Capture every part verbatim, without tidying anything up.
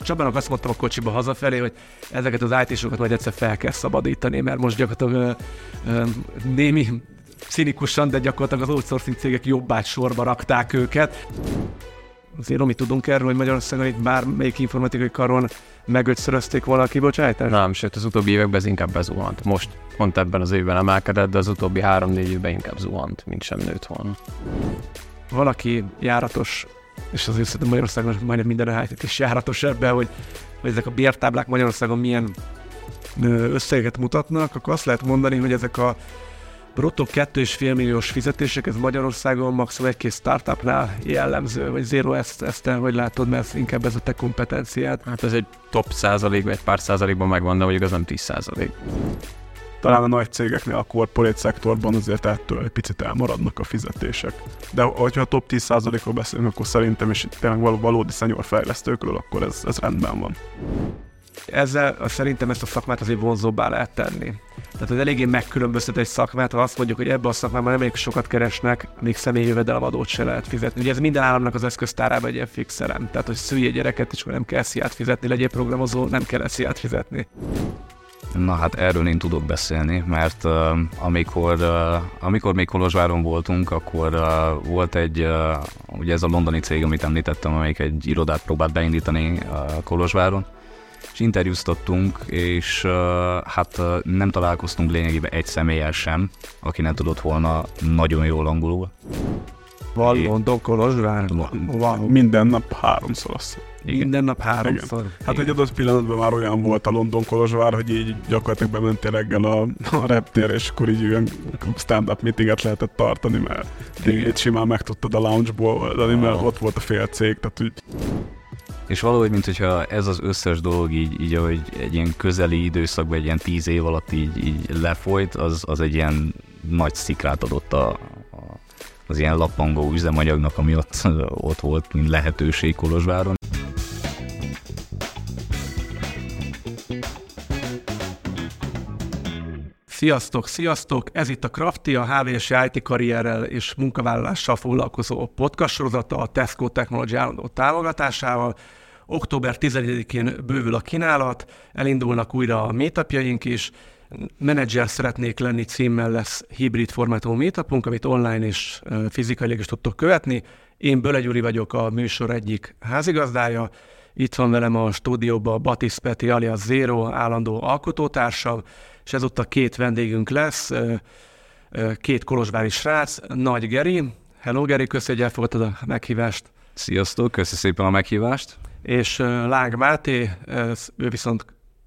Csabának azt mondtam a kocsiba hazafelé, hogy ezeket az í té-sokat majd egyszer fel kell szabadítani, mert most gyakorlatilag ö, ö, némi cinikusan, de gyakorlatilag az outsourcing cégek jobbát sorba rakták őket. Azért Romi, tudunk erről, hogy Magyarországon itt bármelyik informatikai karon megötszörözték volna a kibocsátást? Nem, sőt az utóbbi években ez inkább bezuhant. Most pont ebben az évben emelkedett, de az utóbbi három-négy évben inkább zuhant, mint sem nőtt volna. Valaki járatos, és azért szerintem Magyarországon majdnem minden high-tech is járatos ebben, hogy, hogy ezek a bértáblák Magyarországon milyen összegeket mutatnak, akkor azt lehet mondani, hogy ezek a bruttó két és fél milliós fizetések, ez Magyarországon maximum egy-két startupnál jellemző, vagy Zero, ezt, ezt te hogy látod, mert inkább ez a te kompetenciád? Hát ez egy top százalék, vagy egy pár százalékban megvan, de mondjuk az nem tíz százalék. Talán a nagy cégeknél, a corporate szektorban azért ettől egy picit elmaradnak a fizetések. De hogyha a top tíz százalékról beszélünk, akkor szerintem, és tényleg valódi senior fejlesztőkről, akkor ez, ez rendben van. Ezzel szerintem ezt a szakmát azért vonzóbbá lehet tenni. Tehát, hogy eléggé megkülönböztet egy szakmát, ha azt mondjuk, hogy ebben a szakmában nem elég sokat keresnek, még személyi jövedelemadót se lehet fizetni. Ugye ez minden államnak az eszköztárában egy ilyen fix elem. Tehát, hogy szülj egy gyereket, és nem kell sziát fizetni, legyél programozó, nem kell sziát fizetni. Na hát erről én tudok beszélni, mert uh, amikor, uh, amikor még Kolozsváron voltunk, akkor uh, volt egy, uh, ugye ez a londoni cég, amit említettem, amelyik egy irodát próbált beindítani uh, Kolozsváron, és interjúztattunk, és uh, hát uh, nem találkoztunk lényegében egy személlyel sem, aki nem tudott volna nagyon jól angolul. Van London, Kolozsvár? Van. Minden nap háromszor azt. Igen. Minden nap háromszor. Igen. Hát egy adott pillanatban már olyan volt a London Kolozsvár, hogy így gyakorlatilag bementél reggel a, a reptérre, és akkor így olyan stand-up meetinget lehetett tartani, mert így simán meg tudtad a lounge-ból oldani, mert oh. ott volt a fél cég, tehát úgy. És valahogy, mint hogyha ez az összes dolog így, így ahogy egy ilyen közeli időszakban, egy ilyen tíz év alatt így, így lefolyt, az, az egy ilyen nagy szikrát adott a, a, az ilyen lappangó üzemanyagnak, ami ott, ott volt, mint lehetőség Kolozsváron. Sziasztok, sziasztok! Ez itt a Crafty, a há vé es i té karrierrel és munkavállalással foglalkozó podcast sorozata a Tesco Technology állandó támogatásával. október tizennegyedikén bővül a kínálat, elindulnak újra a meetupjaink is. Menedzser szeretnék lenni címmel lesz hibrid formátumú meetupunk, amit online és fizikailag is tudtok követni. Én Böle Gyuri vagyok, a műsor egyik házigazdája. Itt van velem a stúdióban Batisz Peti alias Zero, állandó alkotótársam, és ezúttal két vendégünk lesz, két kolozsvári srác, Nagy Geri. Hello Geri, köszönjük, hogy elfogadtad a meghívást. Sziasztok, köszi szépen a meghívást. És Láng Máté, ő viszont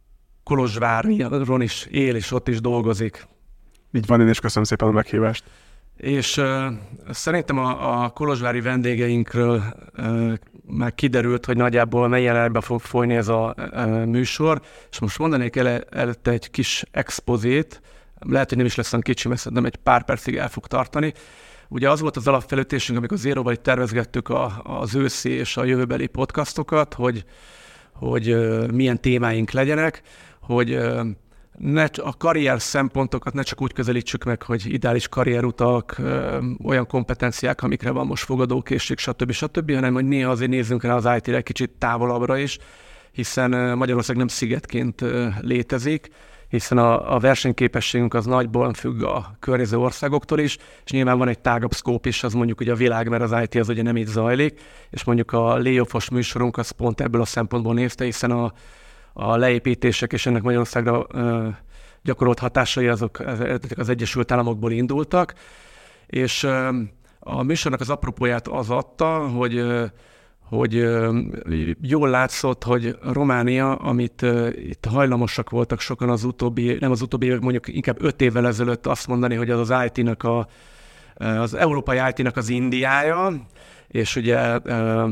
Kolozsváron is él, és ott is dolgozik. Így van, én is köszönöm szépen a meghívást. És uh, szerintem a, a kolozsvári vendégeinkről uh, már kiderült, hogy nagyjából mely jelenetben fog folyni ez a uh, műsor, és most mondanék el, előtte egy kis expozét, lehet, hogy nem is lesz olyan kicsi, mert szerintem egy pár percig el fog tartani. Ugye az volt az alapfelütésünk, amikor Zéróval itt tervezgettük a, az őszi és a jövőbeli podcastokat, hogy, hogy uh, milyen témáink legyenek, hogy uh, ne, a karrier szempontokat ne csak úgy közelítsük meg, hogy ideális karrierutak, ö, olyan kompetenciák, amikre van most fogadókészség, stb. stb., hanem hogy néha azért nézzünk rá az í té-re egy kicsit távolabbra is, hiszen ö, Magyarország nem szigetként ö, létezik, hiszen a, a versenyképességünk az nagyban függ a környező országoktól is, és nyilván van egy tágabb szkóp is, az mondjuk ugye a világ, mert az í té az ugye nem így zajlik, és mondjuk a layoffos műsorunk az pont ebből a szempontból nézte, hiszen a a leépítések és ennek Magyarországra ö, gyakorolt hatásai azok az Egyesült Államokból indultak, és ö, a műsornak az apropóját az adta, hogy, ö, hogy ö, jól látszott, hogy Románia, amit ö, itt hajlamosak voltak sokan az utóbbi, nem az utóbbi évek, mondjuk inkább öt évvel ezelőtt azt mondani, hogy az az í té-nek a, az európai í té-nek az Indiája, és ugye ö,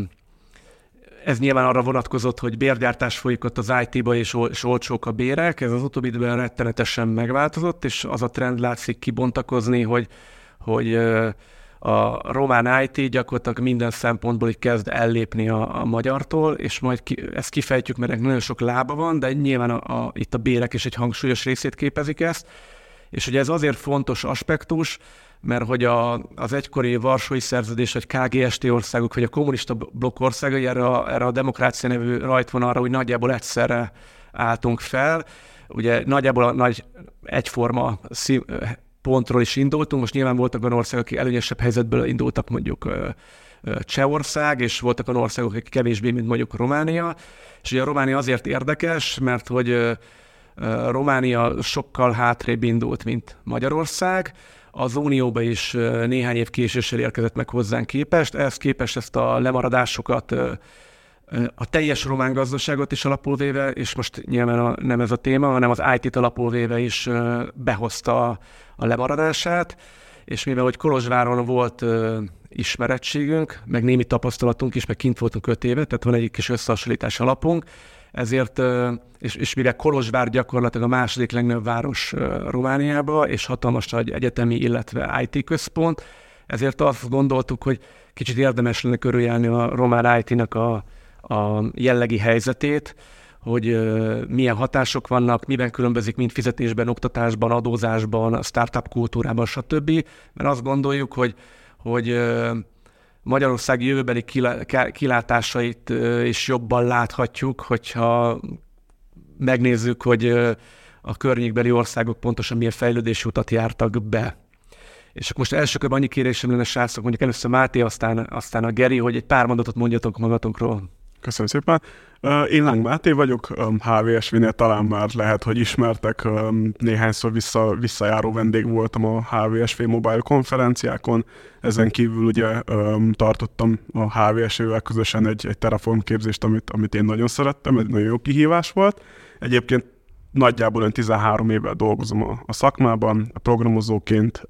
ez nyilván arra vonatkozott, hogy bérgyártás folyik ott az í té-ba, és, ol- és olcsók a bérek. Ez az utóbbi időben rettenetesen megváltozott, és az a trend látszik kibontakozni, hogy, hogy a román í té gyakorlatilag minden szempontból így kezd ellépni a, a magyartól, és majd ki, ezt kifejtjük, mert nagyon sok lába van, de nyilván a, a, itt a bérek is egy hangsúlyos részét képezik ezt. És ugye ez azért fontos aspektus, mert hogy a, az egykori Varsói Szerződés, vagy ká gé es té országok, vagy a kommunista blokk országai erre a, erre a demokrácia nevű rajtvonalra úgy nagyjából egyszerre álltunk fel. Ugye nagyjából a nagy egyforma szín, pontról is indultunk, most nyilván voltak olyan országok, akik előnyösebb helyzetből indultak, mondjuk Csehország, és voltak olyan országok, akik kevésbé, mint mondjuk Románia. És ugye a Románia azért érdekes, mert hogy Románia sokkal hátrébb indult, mint Magyarország. Az Unióba is néhány év késéssel érkezett meg hozzánk képest. Ehhez képest ezt a lemaradásokat, a teljes román gazdaságot is alapul véve, és most nyilván a, nem ez a téma, hanem az í té-t alapul véve is behozta a lemaradását, és mivel hogy Kolozsváron volt ismerettségünk, meg némi tapasztalatunk is, meg kint voltunk öt éve, tehát van egy kis összehasonlítás alapunk, ezért, és, és mivel Kolozsvár gyakorlatilag a második legnagyobb város Romániában, és hatalmas nagy egyetemi, illetve í té központ, ezért azt gondoltuk, hogy kicsit érdemes lenne körüljárni a román í té-nek a, a jellegi helyzetét, hogy milyen hatások vannak, miben különbözik mind fizetésben, oktatásban, adózásban, startup kultúrában, stb. Mert azt gondoljuk, hogy, hogy Magyarország jövőbeli kilátásait is jobban láthatjuk, hogyha megnézzük, hogy a környékbeli országok pontosan milyen fejlődési utat jártak be. És akkor most első körben annyi kérésem lenne, srácok, mondjuk először Máté, aztán, aztán a Geri, hogy egy pár mondatot mondjatok magatokról. Köszönöm szépen. Én Láng Máté vagyok, há vé es vé-nél talán már lehet, hogy ismertek, néhányszor vissza, visszajáró vendég voltam a há vé es vé Mobile konferenciákon, ezen kívül ugye tartottam a há vé es vé-vel közösen egy, egy Terraform képzést, amit, amit én nagyon szerettem, ez nagyon jó kihívás volt. Egyébként nagyjából ön tizenhárom évvel dolgozom a, a szakmában, a programozóként,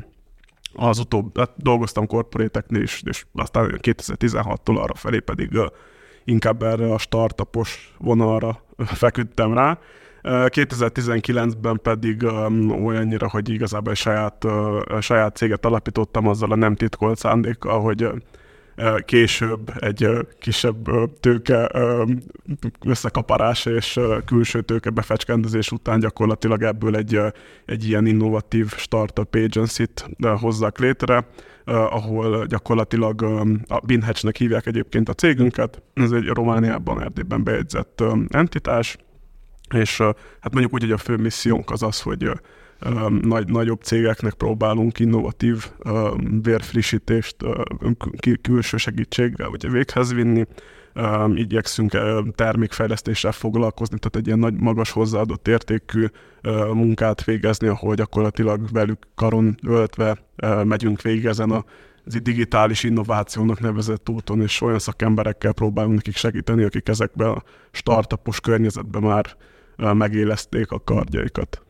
az utóbb dolgoztam korporéteknél is, és aztán kétezer-tizenhattól arra felé pedig inkább erre a startupos vonalra feküdtem rá. kétezer-tizenkilencben pedig um, olyannyira, hogy igazából saját, uh, saját céget alapítottam azzal a nem titkolt szándékkal, hogy uh, később egy uh, kisebb uh, tőke uh, összekaparás és uh, külső tőke befecskendezés után gyakorlatilag ebből egy, uh, egy ilyen innovatív startup agency-t uh, hozzak létre, Uh, ahol gyakorlatilag um, a Binhatch-nek hívják egyébként a cégünket, ez egy Romániában, Erdélyben bejegyzett um, entitás, és uh, hát mondjuk úgy, hogy a fő missziónk az az, hogy uh, um, nagy, nagyobb cégeknek próbálunk innovatív um, vérfrissítést uh, kül- külső segítséggel ugye véghez vinni, um, igyekszünk uh, termékfejlesztéssel foglalkozni, tehát egy ilyen nagy, magas hozzáadott értékű uh, munkát végezni, ahol gyakorlatilag velük karon öltve uh, megyünk végig ezen a az digitális innovációnak nevezett úton, és olyan szakemberekkel próbálunk nekik segíteni, akik ezekben a startupos környezetben már uh, megélezték a kardjaikat.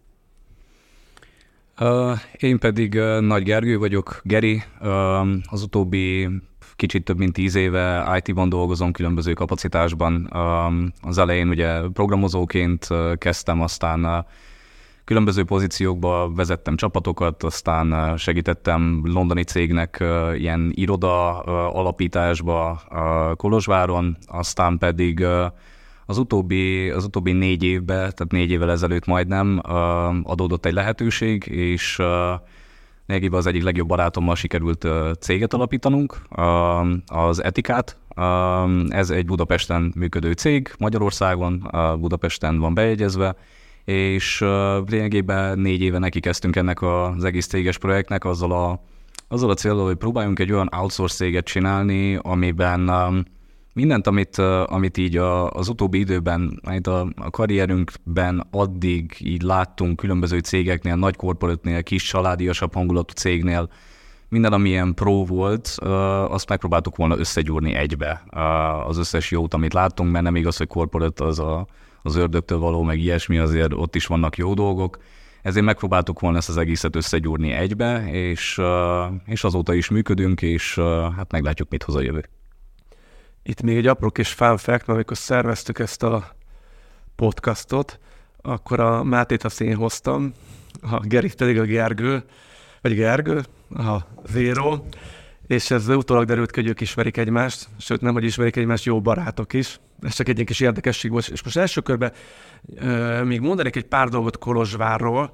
Uh, én pedig uh, Nagy Gergő vagyok, Geri, uh, az utóbbi kicsit több mint tíz éve í té-ban dolgozom különböző kapacitásban. Uh, az elején ugye programozóként uh, kezdtem, aztán uh, különböző pozíciókba vezettem csapatokat, aztán uh, segítettem londoni cégnek uh, ilyen iroda uh, alapításba uh, Kolozsváron, aztán pedig uh, Az utóbbi, az utóbbi négy évben, tehát négy évvel ezelőtt majdnem adódott egy lehetőség, és lényegében az egyik legjobb barátommal sikerült céget alapítanunk, az Etikát. Ez egy Budapesten működő cég, Magyarországon, Budapesten van bejegyezve, és lényegében négy éve neki kezdtünk ennek az egész céges projektnek azzal a, azzal a céllal, hogy próbáljunk egy olyan outsource céget csinálni, amiben mindent, amit, amit így az utóbbi időben, a karrierünkben addig így láttunk különböző cégeknél, nagy korporatnél, kis családiasabb hangulatú cégnél, minden, ami ilyen pro volt, azt megpróbáltuk volna összegyúrni egybe. Az összes jót, amit láttunk, mert nem igaz, hogy corporate az a, az ördögtől való, meg ilyesmi, azért ott is vannak jó dolgok. Ezért megpróbáltuk volna ezt az egészet összegyúrni egybe, és, és azóta is működünk, és hát meglátjuk, mit hoz a jövő. Itt még egy apró kis fun fact, mert amikor szerveztük ezt a podcastot, akkor a Mátét azt én hoztam, a Gerit pedig a Gergő, vagy Gergő, a Zero, és ez utólag derült ki, hogy ők ismerik egymást, sőt nem, hogy ismerik egymást, jó barátok is. Ez csak egy ilyen kis érdekesség volt. És most első körben euh, még mondanék egy pár dolgot Kolozsvárról,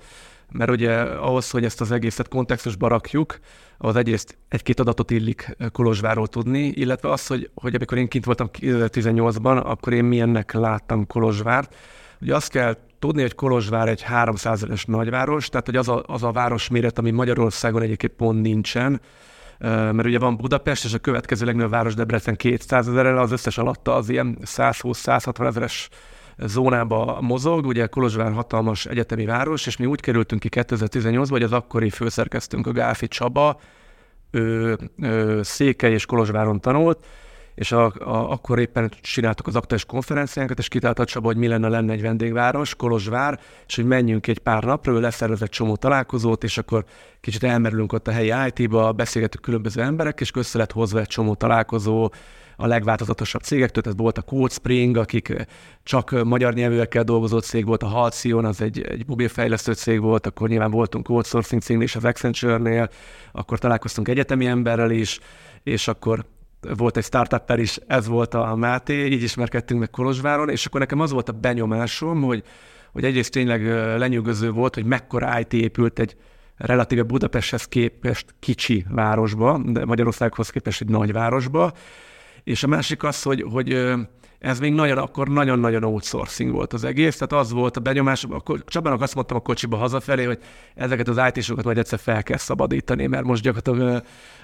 mert ugye ahhoz, hogy ezt az egészet kontextusba rakjuk, az egyrészt egy-két adatot illik Kolozsvárról tudni, illetve az, hogy, hogy amikor én kint voltam kétezer-tizennyolcban, akkor én milyennek láttam Kolozsvárt. Ugye azt kell tudni, hogy Kolozsvár egy háromszázezeres nagyváros, tehát hogy az a, az a városméret, ami Magyarországon egyébként pont nincsen, mert ugye van Budapest, és a következő legnagyobb város Debrecen kétszázezerrel, az összes alatta az ilyen százhúsz-százhatvan ezeres zónába mozog, ugye Kolozsvár hatalmas egyetemi város, és mi úgy kerültünk ki kétezer-tizennyolcban, hogy az akkori főszerkesztőnk, a Gálfi Csaba, ő, ő Székely és Kolozsváron tanult, és a, a, akkor éppen csináltuk az aktuális konferenciánkat, és kitálta Csaba, hogy mi lenne, lenne egy vendégváros, Kolozsvár, és hogy menjünk egy pár napra, ő leszervezett csomó találkozót, és akkor kicsit elmerülünk ott a helyi í té-ba, beszélgettük különböző emberek, és össze lett hozva egy csomó találkozó a legváltozatosabb cégektől, tehát volt a Code Spring, akik csak magyar nyelvűekkel dolgozott cég volt, a Halcyon, az egy, egy mobilfejlesztő cég volt, akkor nyilván voltunk Code Sourcing cégnél és az Accenture-nél, akkor találkoztunk egyetemi emberrel is, és akkor volt egy startup-per is, ez volt a Máté, így ismerkedtünk meg Kolozsváron, és akkor nekem az volt a benyomásom, hogy, hogy egyrészt tényleg lenyűgöző volt, hogy mekkora í té épült egy relatíve Budapesthez képest kicsi városba, de Magyarországhoz képest egy nagy városba, és a másik az, hogy, hogy ez még nagyon, akkor nagyon-nagyon outsourcing volt az egész, tehát az volt a benyomás, akkor Csabának azt mondtam a kocsiba hazafelé, hogy ezeket az í té-sokat majd egyszer fel kell szabadítani, mert most gyakorlatilag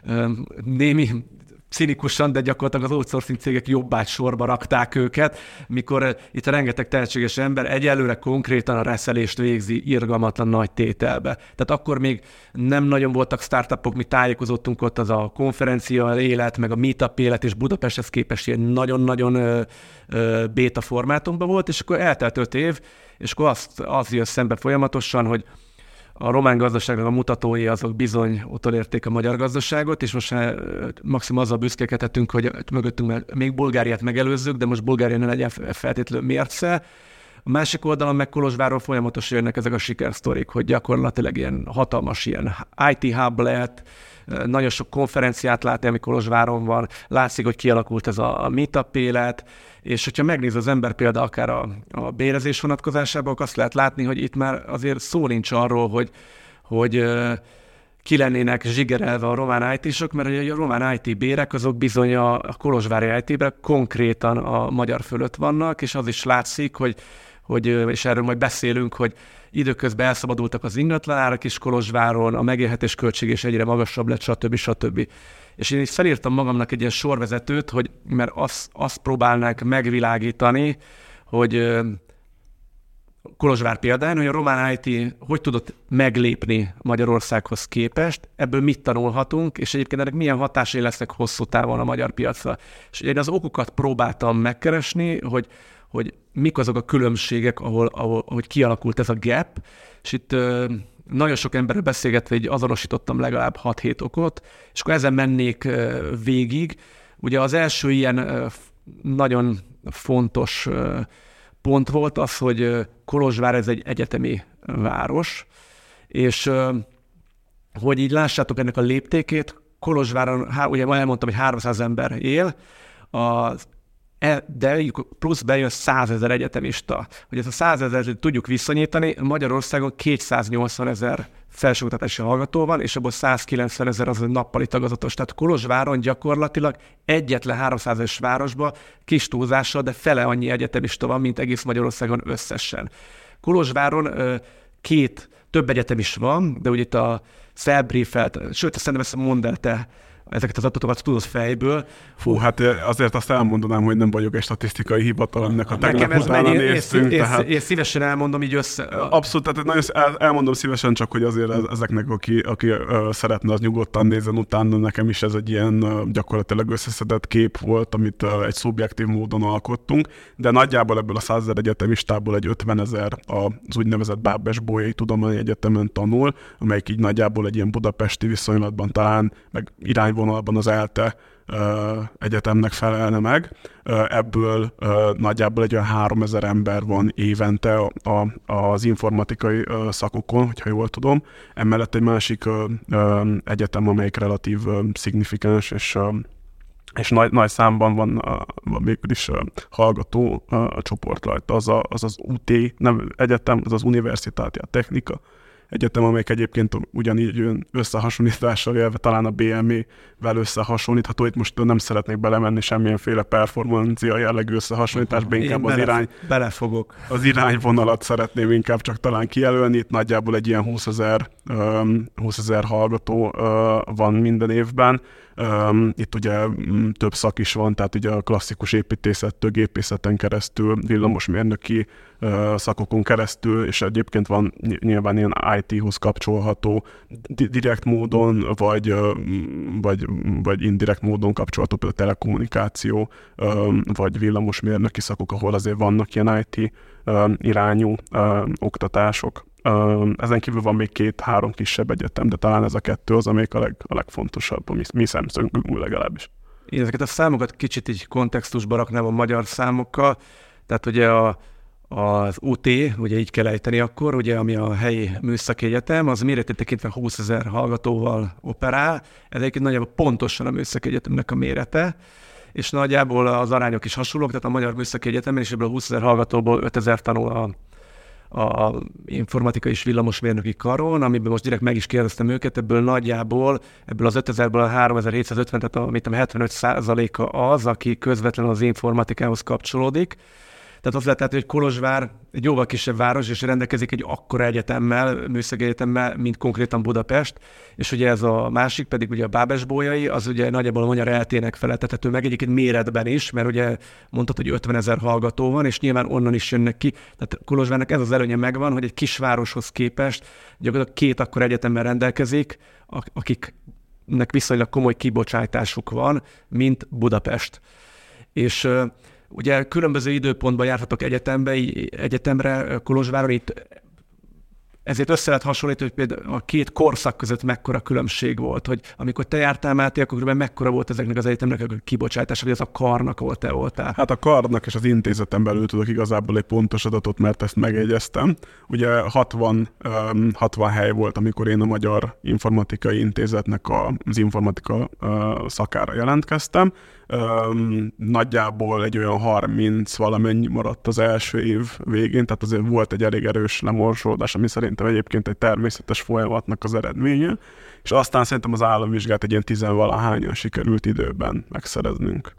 némi cinikusan, de gyakorlatilag az outsourcing cégek jobbát sorba rakták őket, mikor itt a rengeteg tehetséges ember egyelőre konkrétan a reszelést végzi irgalmatlan nagy tételbe. Tehát akkor még nem nagyon voltak startupok, mi tájékozottunk ott, az a konferencia élet, meg a meetup élet, és Budapesthez képest ilyen nagyon-nagyon ö, ö, béta formátumban volt, és akkor eltelt öt év, és akkor azt, az jön szembe folyamatosan, hogy a román gazdaságnak a mutatói azok bizony utolérték a magyar gazdaságot, és most maximum azzal büszkékedhetünk, hogy mögöttünk még Bulgáriát megelőzzük, de most Bulgária ne legyen feltétlenül mérce. A másik oldalon meg Kolozsvárról folyamatosan jönnek ezek a sikersztorik, hogy gyakorlatilag ilyen hatalmas ilyen í té hub lett, nagyon sok konferenciát látni, ami Kolozsváron van, látszik, hogy kialakult ez a, a meetup élet, és hogyha megnéz az ember például akár a, a bérezés vonatkozásában, akkor azt lehet látni, hogy itt már azért szó nincs arról, hogy, hogy uh, ki lennének zsigerelve a román í té-sok, mert a román í té bérek azok bizony a, a kolozsvári í té-ben konkrétan a magyar fölött vannak, és az is látszik, hogy, hogy és erről majd beszélünk, hogy időközben elszabadultak az ingatlanárak is Kolozsváron, a megélhetés költség is egyre magasabb lett, stb. stb. És én is felírtam magamnak egy ilyen sorvezetőt, hogy, mert azt, azt próbálnák megvilágítani, hogy Kolozsvár például, hogy a román í té hogy tudott meglépni Magyarországhoz képest, ebből mit tanulhatunk, és egyébként ennek milyen hatásai lesznek hosszú távon a magyar piacra. És én az okokat próbáltam megkeresni, hogy, hogy mik azok a különbségek, ahol, ahol ahogy kialakult ez a gap, és itt nagyon sok emberrel beszélgetve így azonosítottam legalább hat-hét okot, és akkor ezen mennék végig. Ugye az első ilyen nagyon fontos pont volt az, hogy Kolozsvár ez egy egyetemi város, és hogy így lássátok ennek a léptékét, Kolozsváron, ugye ma elmondtam, hogy háromszáz ember él, az de plusz bejön százezer egyetemista. Hogy ezt a százezret tudjuk viszonyítani, Magyarországon kétszáznyolcvan ezer felsőoktatási hallgató van, és abból százkilencven ezer az a nappali tagozatos. Tehát Kolozsváron gyakorlatilag egyetlen háromszázas városban kis túlzással, de fele annyi egyetemista van, mint egész Magyarországon összesen. Kolozsváron két, több egyetem is van, de ugye itt a felbriefelt, sőt, szerintem ezt mondd el te, ezeket az adatokat tudod fejből. Fú, hát azért azt elmondanám, hogy nem vagyok egy statisztikai hivatal, ennek a tegnap utána néztünk. Én, tehát... én szívesen elmondom így össze. Abszolút, tehát nagyon elmondom szívesen, csak hogy azért ezeknek, aki, aki szeretne, az nyugodtan nézzen utána. Nekem is ez egy ilyen gyakorlatilag összeszedett kép volt, amit egy szubjektív módon alkottunk, de nagyjából ebből a százezer egyetemistából egy ötvenezer az úgynevezett Bábes-Bolyai Tudományegyetemen tanul, amelyik így nagyjából egy ilyen budapesti viszonylatban talán, meg irányvonalban az ELTE uh, egyetemnek felelne meg. Uh, ebből uh, nagyjából egy olyan háromezer ember van évente a, a, az informatikai uh, szakokon, hogyha jól tudom. Emellett egy másik uh, uh, egyetem, amelyik relatív uh, szignifikáns, és, uh, és nagy, nagy számban van, uh, van végül is uh, hallgató uh, a csoport rajta. Az, a, az az u té nem, egyetem, az az Universitátia Technica egyetem, amelyik egyébként ugyanígy összehasonlítással élve talán a bé em é-vel összehasonlítható. Itt most nem szeretnék belemenni semmilyenféle performancia jellegű összehasonlításba, inkább az, irány, belefogok. az irányvonalat szeretném inkább csak talán kijelölni. Itt nagyjából egy ilyen húszezer hallgató uh, van minden évben. Um, itt ugye m, több szak is van, tehát ugye a klasszikus építészettől, gépészeten keresztül, villamosmérnöki uh, szakokon keresztül, és egyébként van nyilván ilyen i té-hoz kapcsolható di- direkt módon, vagy, uh, vagy, vagy indirekt módon kapcsolható, például telekommunikáció, um, vagy villamosmérnöki szakok, ahol azért vannak ilyen i té um, irányú um, oktatások. Uh, ezen kívül van még két-három kisebb egyetem, de talán ez a kettő az, amelyik a, leg, a legfontosabb, a mi, mi szemszögünk legalábbis. Én ezeket a számokat kicsit így kontextusba raknám a magyar számokkal, tehát ugye a, az u té, ugye így kell ejteni akkor, ugye, ami a helyi műszaki egyetem, az méretét tekintve húszezer hallgatóval operál, ez egyébként nagyjából pontosan a műszaki egyetemnek a mérete, és nagyjából az arányok is hasonlók, tehát a Magyar Műszaki Egyetemen is ebből a húszezer hallgatóból ötezer tanul a a informatikai és villamosmérnöki karon, amiben most direkt meg is kérdeztem őket, ebből nagyjából, ebből az ötezerből a háromezer-hétszázötven, tehát a, mit tudom, hetvenöt százaléka az, aki közvetlenül az informatikához kapcsolódik. Tehát az lehet látni, hogy Kolozsvár egy jóval kisebb város, és rendelkezik egy akkora egyetemmel, műszaki egyetemmel, mint konkrétan Budapest, és ugye ez a másik pedig ugye a Bábesbolyai, az ugye nagyjából a magyar é el té-nek feleltethető meg egyébként méretben is, mert ugye mondtad, hogy ötvenezer hallgató van, és nyilván onnan is jönnek ki. Tehát Kolozsvárnak ez az előnye megvan, hogy egy kisvároshoz képest gyakorlatilag két akkora egyetemmel rendelkezik, akiknek viszonylag komoly kibocsátásuk van, mint Budapest. És ugye különböző időpontban járhatok egyetembe, egyetemre Kolozsváron, itt ezért össze lehet hasonlítani, hogy például a két korszak között mekkora különbség volt, hogy amikor te jártál, Máté, akkor körülbelül mekkora volt ezeknek az egyetemnek a kibocsátása, vagy az a karnak, ahol te voltál? Hát a karnak és az intézeten belül tudok igazából egy pontos adatot, mert ezt megjegyeztem. Ugye hatvan, hatvan hely volt, amikor én a Magyar Informatikai Intézetnek az informatika szakára jelentkeztem. Um, nagyjából egy olyan harminc valamennyi maradt az első év végén, tehát azért volt egy elég erős lemorzsolódás, ami szerintem egyébként egy természetes folyamatnak az eredménye, és aztán szerintem az államvizsgát egy ilyen tizenvalahányan sikerült időben megszereznünk.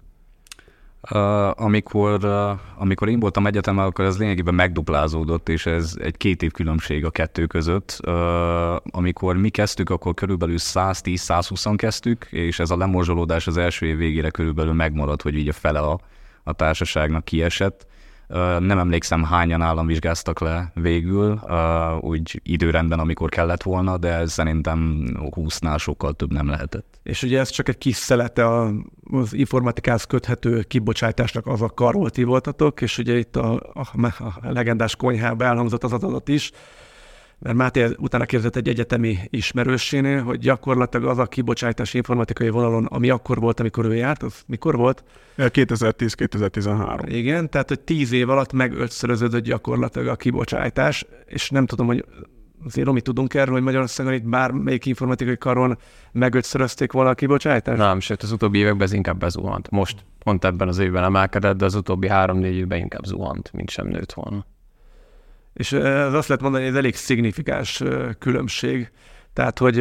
Uh, amikor, uh, amikor én voltam egyetemen, akkor ez lényegében megduplázódott, és ez egy két év különbség a kettő között. Uh, amikor mi kezdtük, akkor körülbelül száztíz-százhúszan kezdtük, és ez a lemorzsolódás az első év végére körülbelül megmaradt, hogy így a fele a, a társaságnak kiesett. Uh, nem emlékszem, hányan államvizsgáztak le végül, uh, úgy időrendben, amikor kellett volna, de szerintem húsznál sokkal több nem lehetett. És ugye ez csak egy kis szelete az informatikához köthető kibocsátásnak, az a kar, ahol ti voltatok, és ugye itt a, a, a legendás konyhába elhangzott az adat is, mert Máté utána kérdezett egy egyetemi ismerősénél, hogy gyakorlatilag az a kibocsátás informatikai vonalon, ami akkor volt, amikor ő járt, az mikor volt? kétezer-tíz-kétezer-tizenhárom. Igen, tehát hogy tíz év alatt megötszöröződött gyakorlatilag a kibocsátás, és nem tudom, hogy azért Romi, tudunk erről, hogy Magyarországon itt bármelyik informatikai karon megötszörözték volna a kibocsátást? Nem, sőt az utóbbi években ez inkább bezuhant. Most pont ebben az évben emelkedett, de az utóbbi három-négy évben inkább zuhant, mint sem nőtt volna. És ez azt lehet mondani, hogy ez elég szignifikáns különbség. Tehát, hogy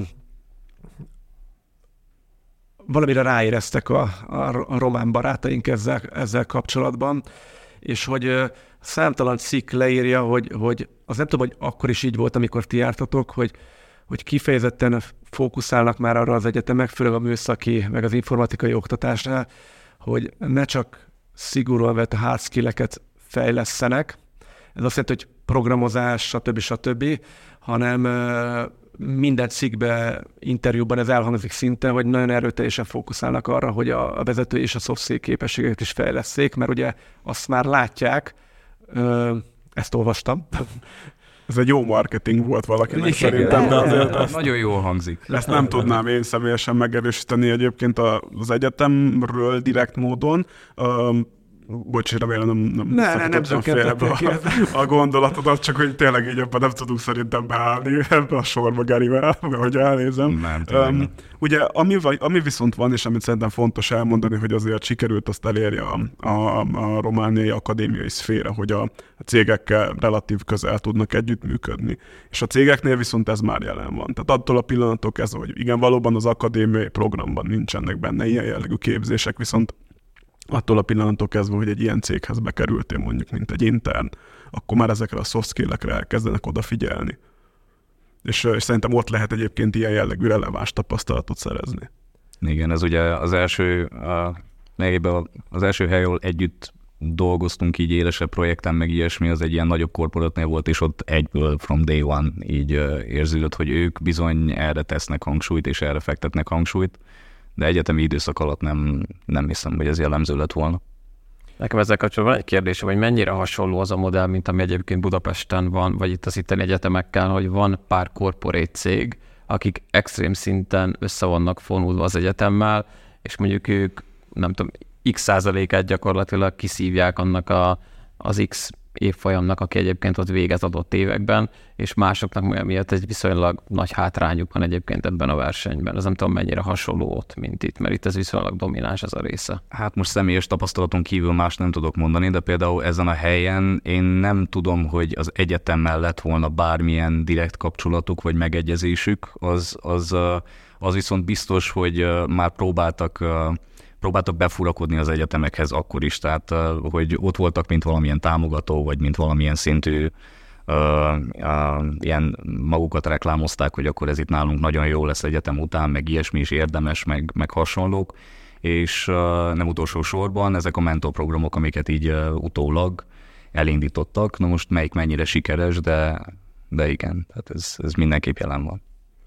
valamire ráéreztek a, a román barátaink ezzel, ezzel kapcsolatban, és hogy számtalan cikk leírja, hogy, hogy az nem tudom, hogy akkor is így volt, amikor ti jártatok, hogy, hogy kifejezetten fókuszálnak már arra az egyetemek, főleg a műszaki, meg az informatikai oktatásnál, hogy ne csak szigorúan vett hard skill-eket fejlesztenek, ez azt jelenti, hogy programozás, stb. stb., hanem minden cikkben, interjúban ez elhangzik szinte, hogy nagyon erőteljesen fókuszálnak arra, hogy a vezető és a soft skill képességeket is fejleszték, mert ugye azt már látják, ezt olvastam. Ez egy jó marketing volt valakinek szerintem, de azért ezt, nagyon jól hangzik. Ezt nem tudnám én személyesen megerősíteni egyébként az egyetemről direkt módon. Bocs, remélem nem, nem ne, ne, nem félrebbe a, a gondolatodat, csak hogy tényleg így ebben nem tudunk szerintem beállni ebbe a sorba Gerivel, ahogy elnézem. Nem, um, ugye, ami, ami viszont van, és amit szerintem fontos elmondani, hogy azért sikerült azt elérni a, a, a romániai akadémiai szféra, hogy a, a cégekkel relatív közel tudnak együttműködni. És a cégeknél viszont ez már jelen van. Tehát attól a pillanattól kezdve, hogy igen, valóban az akadémiai programban nincsenek benne ilyen jellegű képzések, viszont attól a pillanattól kezdve, hogy egy ilyen céghez bekerültél mondjuk, mint egy intern, akkor már ezekre a soft skill-ekre elkezdenek odafigyelni. És, és szerintem ott lehet egyébként ilyen jellegű releváns tapasztalatot szerezni. Igen, ez ugye az első, a, az első hely, ahol együtt dolgoztunk így élesebb projekten, meg ilyesmi, az egy ilyen nagyobb korporatnél volt, és ott egyből from day one így érződött, hogy ők bizony erre tesznek hangsúlyt, és erre fektetnek hangsúlyt. De egyetemi időszak alatt nem, nem hiszem, hogy ez jellemző lett volna. Nekem ezzel kapcsolatban egy kérdésem, hogy mennyire hasonló az a modell, mint ami egyébként Budapesten van, vagy itt az itteni egyetemekkel, hogy van pár corporate cég, akik extrém szinten össze vannak fonulva az egyetemmel, és mondjuk ők, nem tudom, x százalékát gyakorlatilag kiszívják annak a, az x évfolyamnak, aki egyébként ott végez adott években, és másoknak miatt egy viszonylag nagy hátrányuk van egyébként ebben a versenyben. Ez nem tudom, mennyire hasonló ott, mint itt, mert itt ez viszonylag domináns ez a része. Hát most személyes tapasztalaton kívül más nem tudok mondani, de például ezen a helyen én nem tudom, hogy az egyetemmel lett volna bármilyen direkt kapcsolatuk vagy megegyezésük, az, az, az viszont biztos, hogy már próbáltak próbáltak befurakodni az egyetemekhez akkor is, tehát hogy ott voltak, mint valamilyen támogató, vagy mint valamilyen szintű uh, uh, ilyen magukat reklámozták, hogy akkor ez itt nálunk nagyon jó lesz egyetem után, meg ilyesmi is érdemes, meg, meg hasonlók, és uh, nem utolsó sorban ezek a mentorprogramok, amiket így uh, utólag elindítottak, na most melyik mennyire sikeres, de, de igen, tehát ez, ez mindenképp jelen van.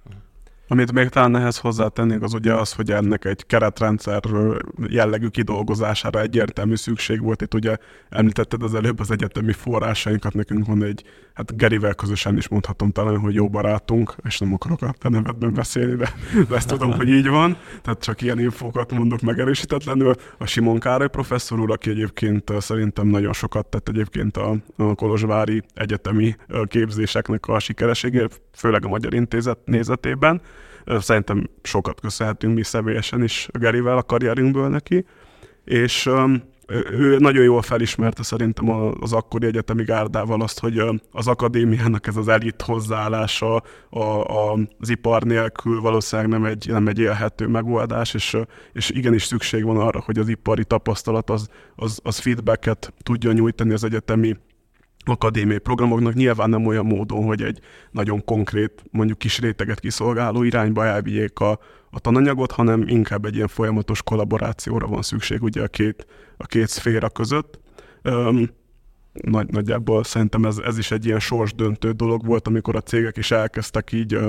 Amit még talán ehhez hozzátennék, az ugye az, hogy ennek egy keretrendszer jellegű kidolgozására egyértelmű szükség volt. Itt ugye említetted az előbb az egyetemi forrásainkat, nekünk van egy, hát Gerivel közösen is mondhatom talán, hogy jó barátunk, és nem akarok a te nevedben beszélni, de, de ezt tudom, hogy így van. Tehát csak ilyen infókat mondok megerősítetlenül. A Simon Károly professzor úr, aki egyébként szerintem nagyon sokat tett egyébként a, a kolozsvári egyetemi képzéseknek a sikerességért, főleg a Magyar Intézet nézetében. Szerintem sokat köszönhetünk mi személyesen is Gerivel a karrierünkből neki, és um, ő nagyon jól felismerte szerintem az akkori egyetemi gárdával azt, hogy az akadémiának ez az elit hozzáállása a, a, az ipar nélkül valószínűleg nem egy, nem egy élhető megoldás, és, és igenis szükség van arra, hogy az ipari tapasztalat az, az, az feedbacket tudja nyújtani az egyetemi akadémiai programoknak, nyilván nem olyan módon, hogy egy nagyon konkrét, mondjuk kis réteget kiszolgáló irányba elvigyék a, a tananyagot, hanem inkább egy ilyen folyamatos kollaborációra van szükség ugye a két, a két szféra között. Üm, nagy, nagyjából szerintem ez, ez is egy ilyen sorsdöntő dolog volt, amikor a cégek is elkezdtek így ö,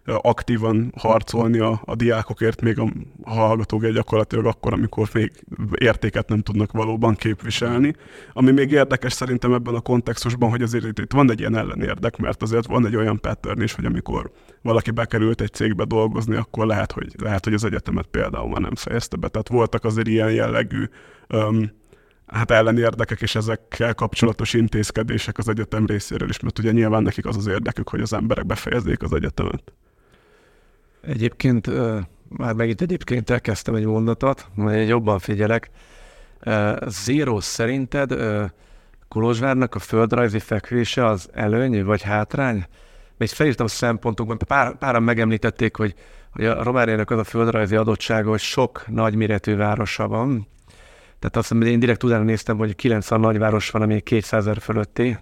aktívan harcolni a, a diákokért, még a hallgatók gyakorlatilag akkor, amikor még értéket nem tudnak valóban képviselni. Ami még érdekes szerintem ebben a kontextusban, hogy azért itt van egy ilyen ellenérdek, mert azért van egy olyan pattern is, hogy amikor valaki bekerült egy cégbe dolgozni, akkor lehet, hogy, lehet, hogy az egyetemet például már nem fejezte be. Tehát voltak azért ilyen jellegű um, hát ellenérdekek és ezekkel kapcsolatos intézkedések az egyetem részéről is, mert ugye nyilván nekik az az érdekük, hogy az emberek befejezzék az egyetemet. Egyébként, már megint egyébként elkezdtem egy mondatot, majd jobban figyelek. Zero szerinted Kolozsvárnak a földrajzi fekvése az előny vagy hátrány? Még felírtam a szempontokban, pár, páran megemlítették, hogy, hogy a Romániának az a földrajzi adottsága, hogy sok nagyméretű városa van. Tehát azt mondom, én direkt utána néztem, hogy kilencven nagyváros van, ami kétszázezer fölötti.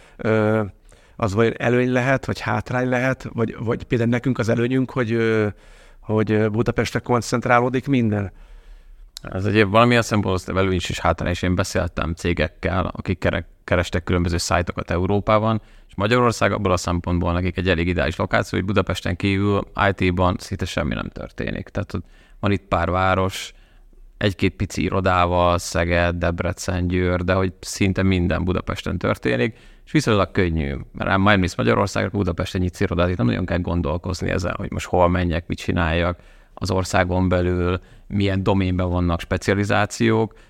Az vagy előny lehet, vagy hátrány lehet, vagy, vagy például nekünk az előnyünk, hogy, hogy Budapestre koncentrálódik minden. Ez egy valamilyen szempontból előny is hátrány, és én beszéltem cégekkel, akik kerestek különböző szájtokat Európában, és Magyarország abból a szempontból nekik egy elég ideális lokáció, hogy Budapesten kívül í té-ban szinte semmi nem történik. Tehát van itt pár város, egy-két pici irodával, Szeged, Debrecen, Győr, de hogy szinte minden Budapesten történik, és viszonylag könnyű, mert ám majd mész Magyarországra, Budapesten nyitsz irodát, itt nem nagyon kell gondolkozni ezen, hogy most hol menjek, mit csináljak az országon belül, milyen doménben vannak specializációk,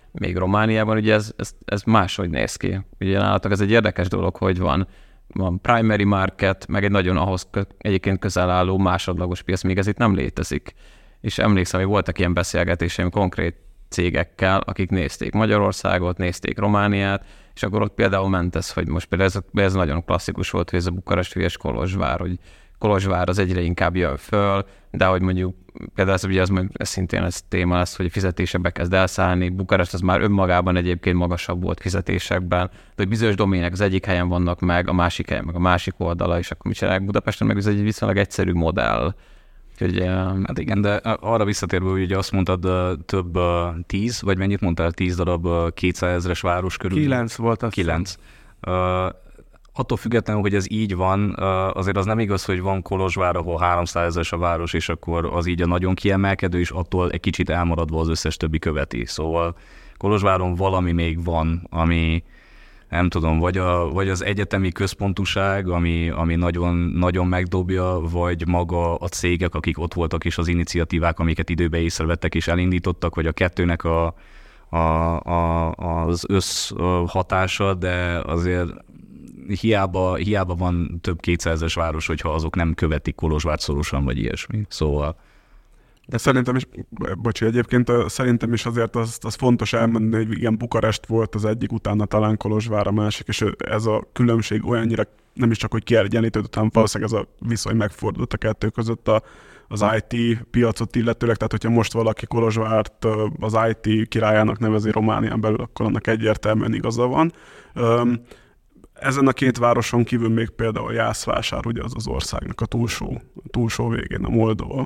még Romániában ugye ez, ez, ez máshogy néz ki. Ugye nálatok ez egy érdekes dolog, hogy van, van primary market, meg egy nagyon ahhoz kö, egyébként közel álló másodlagos piac, még ez itt nem létezik. És emlékszem, hogy voltak ilyen beszélgetéseim konkrét cégekkel, akik nézték Magyarországot, nézték Romániát, és akkor ott például ment ez, hogy most például ez, ez nagyon klasszikus volt, hogy ez a Bukaresti és Kolozsvár, hogy Kolozsvár az egyre inkább jön föl, de hogy mondjuk például ez, ugye az, ez szintén ez téma lesz, hogy fizetésekbe kezd elszállni, Bukarest az már önmagában egyébként magasabb volt fizetésekben, de hogy bizonyos domének az egyik helyen vannak meg, a másik helyen meg a másik oldala, és akkor mit csinálják Budapesten, meg ez egy viszonylag egyszerű modell. Hogy, hát igen, de arra visszatérve, hogy ugye azt mondtad, több tíz, vagy mennyit mondtál, tíz darab kétszázezres város körül? Kilenc volt az. Kilenc. Uh, attól függetlenül, hogy ez így van, azért az nem igaz, hogy van Kolozsvár, ahol háromszázezres a város, és akkor az így a nagyon kiemelkedő, és attól egy kicsit elmaradva az összes többi követi. Szóval Kolozsváron valami még van, ami nem tudom, vagy, a, vagy az egyetemi központúság, ami, ami nagyon, nagyon megdobja, vagy maga a cégek, akik ott voltak, és az iniciatívák, amiket időbe észrevettek és elindítottak, vagy a kettőnek a, a, a, az összhatása, de azért hiába, hiába van több kétszázezres város, hogyha azok nem követik Kolozsvárt szorosan, vagy ilyesmi. Szóval... De szerintem is, bocsi, egyébként szerintem is azért az, az fontos elmondani, hogy igen, Bukarest volt az egyik, utána talán Kolozsvár a másik, és ez a különbség olyannyira nem is csak, hogy kiegyenlítődött, hanem valószínűleg ez a viszony megfordult a kettő között a, az i té piacot illetőleg, tehát hogyha most valaki Kolozsvárt az i té királyának nevezi Románián belül, akkor annak egyértelműen igaza van. Ezen a két városon kívül még például Jászvásár, ugye az az országnak a túlsó, túlsó végén, a Moldova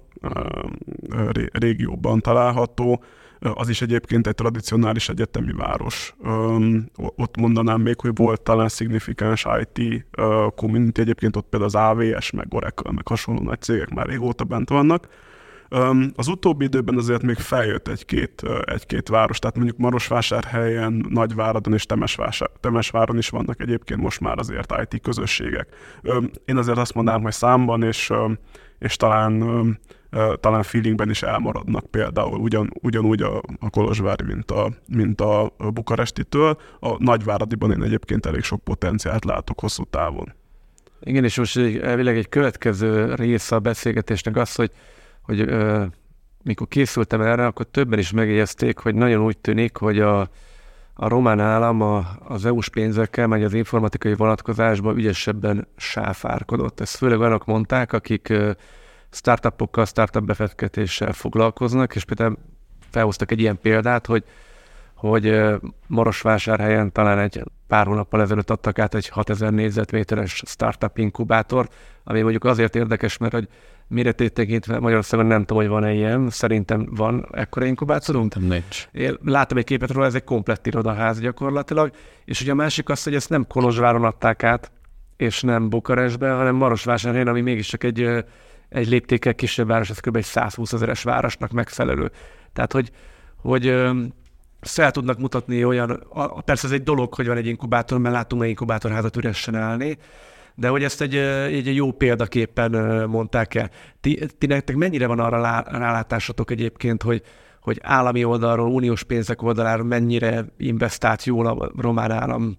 régióban található. Az is egyébként egy tradicionális egyetemi város. Ott mondanám még, hogy volt talán szignifikáns i té community, egyébként ott például az á vé es, meg Oracle, meg hasonló nagy cégek már régóta bent vannak. Az utóbbi időben azért még feljött egy-két, egy-két város, tehát mondjuk Marosvásárhelyen, Nagyváradon és Temesvásár, Temesváron is vannak egyébként most már azért i té közösségek. Én azért azt mondanám, hogy számban és, és talán, talán feelingben is elmaradnak például ugyan, ugyanúgy a, a Kolozsvári, mint a, mint a bukarestitől. A Nagyváradiban én egyébként elég sok potenciált látok hosszú távon. Igen, és most elvileg egy következő része a beszélgetésnek az, hogy hogy ö, mikor készültem erre, akkor többen is megjegyezték, hogy nagyon úgy tűnik, hogy a, a román állam a, az é u-s pénzekkel, meg az informatikai vonatkozásban ügyesebben sáfárkodott. Ezt főleg olyanok mondták, akik ö, startupokkal, startup befektetéssel foglalkoznak, és például felhoztak egy ilyen példát, hogy, hogy ö, Marosvásárhelyen talán egy pár hónappal ezelőtt adtak át egy hatezer négyzetméteres startup inkubátor, ami mondjuk azért érdekes, mert hogy méretét tekintve Magyarországon nem tudom, hogy van-e ilyen, szerintem van ekkora inkubátorunk. Szerintem nincs. Én láttam egy képet róla, ez egy komplett irodaház gyakorlatilag, és ugye a másik az, hogy ezt nem Kolozsváron adták át, és nem Bukarestben, hanem Marosvásárhelyen, ami mégiscsak egy, egy léptékkel kisebb város, ez kb. Egy százhúszezeres városnak megfelelő. Tehát, hogy, hogy fel tudnak mutatni olyan, persze ez egy dolog, hogy van egy inkubátor, mert látunk egy inkubátorházat üresen állni, de hogy ezt egy, egy jó példaképpen mondták el. Ti, ti nektek mennyire van arra rálátásatok egyébként, hogy, hogy állami oldalról, uniós pénzek oldaláról mennyire investált jól a román állam?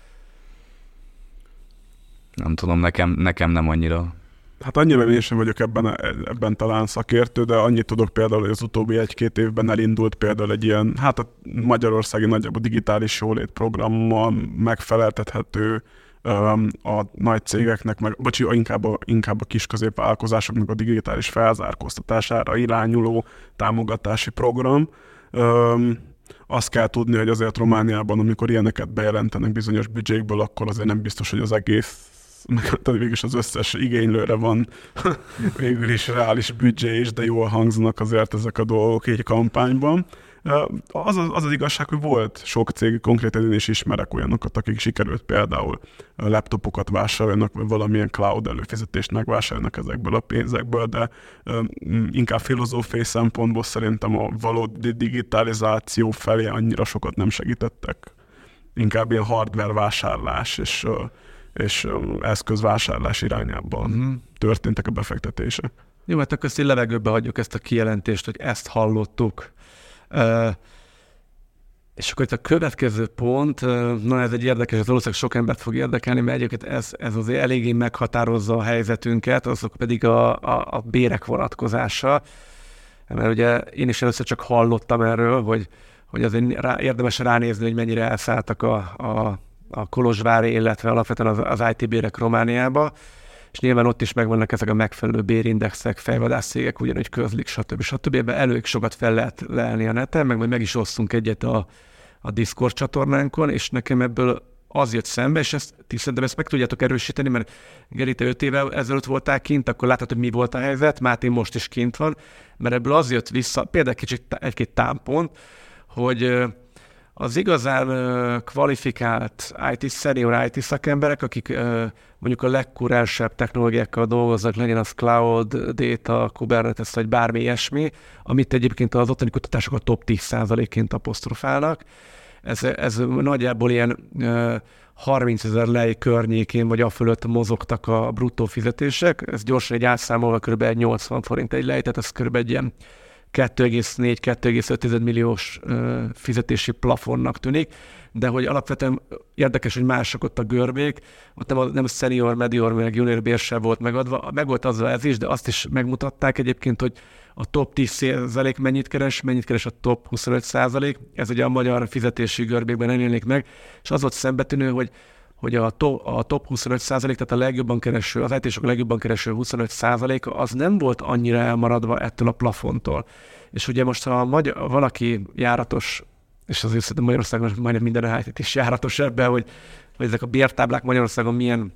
Nem tudom, nekem, nekem nem annyira. Hát annyira én sem vagyok ebben, ebben talán szakértő, de annyit tudok például, hogy az utóbbi egy-két évben elindult például egy ilyen, hát a magyarországi nagyobb digitális jólét programmal megfeleltethető a nagy cégeknek, meg, bocsi, inkább a, inkább a kis középvállalkozásoknak a digitális felzárkóztatására irányuló támogatási program. Öm, azt kell tudni, hogy azért Romániában, amikor ilyeneket bejelentenek bizonyos büdzsékből, akkor azért nem biztos, hogy az egész, végül is az összes igénylőre van végül is reális büdzsé is, de jól hangzanak azért ezek a dolgok egy kampányban. Az az, az az igazság, hogy volt sok cég, konkrétan én is ismerek olyanokat, akik sikerült például laptopokat vásárolnak, vagy valamilyen cloud előfizetést megvásárolnak ezekből a pénzekből, de inkább filozófiai szempontból szerintem a valódi digitalizáció felé annyira sokat nem segítettek. Inkább ilyen hardware vásárlás és, és eszközvásárlás irányában uh-huh. történtek a befektetések. Jó, mert akkor ezt így levegőbe hagyjuk ezt a kijelentést, hogy ezt hallottuk. Uh, És akkor itt a következő pont, na ez egy érdekes, ez valószínűleg sok embert fog érdekelni, mert egyébként ez, ez azért eléggé meghatározza a helyzetünket, azok pedig a, a, a bérek vonatkozása. Mert ugye én is először csak hallottam erről, hogy, hogy azért rá, érdemes ránézni, hogy mennyire elszálltak a, a, a kolozsvári, illetve alapvetően az, az i té bérek Romániába, és nyilván ott is megvannak ezek a megfelelő bérindexek, fejvadászcégek, ugyanúgy közlik, stb. stb. Ebben elég sokat fel lehet leelni a neten, meg majd meg is osztunk egyet a, a Discord csatornánkon, és nekem ebből az jött szembe, és ezt, ti szerintem ezt meg tudjátok erősíteni, mert Geri, te öt éve ezelőtt voltál kint, akkor látod, hogy mi volt a helyzet, Máté most is kint van, mert ebből az jött vissza, például kicsit egy-két támpont, hogy az igazán kvalifikált i té, senior i té szakemberek, akik mondjuk a legkurensebb technológiákkal dolgoznak, legyen az cloud, data, Kubernetes, vagy bármi ilyesmi, amit egyébként az ottani kutatások a top tíz százalékként apostrofálnak. Ez, ez nagyjából ilyen harmincezer lej környékén, vagy afölött mozogtak a bruttó fizetések. Ez gyorsan egy átszámolva kb. nyolcvan forint egy lej, tehát ez kb. Egy ilyen kettő egész négy kettő egész öt milliós uh, fizetési plafonnak tűnik, de hogy alapvetően érdekes, hogy mások ott a görbék, ott nem, a, nem a senior, medior, meg junior bér sem volt megadva, meg volt azzal ez is, de azt is megmutatták egyébként, hogy a top tíz százalék mennyit keres, mennyit keres a top huszonöt százalék, ez ugye a magyar fizetési görbékben nem jelenik meg, és az volt szembetűnő, hogy hogy a top, a top huszonöt százalék, tehát a legjobban kereső, az i té-sok a legjobban kereső huszonöt százalék, az nem volt annyira elmaradva ettől a plafontól. És ugye most, ha magyar, valaki járatos, és azért szerintem Magyarországon majdnem minden i té is járatos ebben, hogy, hogy ezek a bértáblák Magyarországon milyen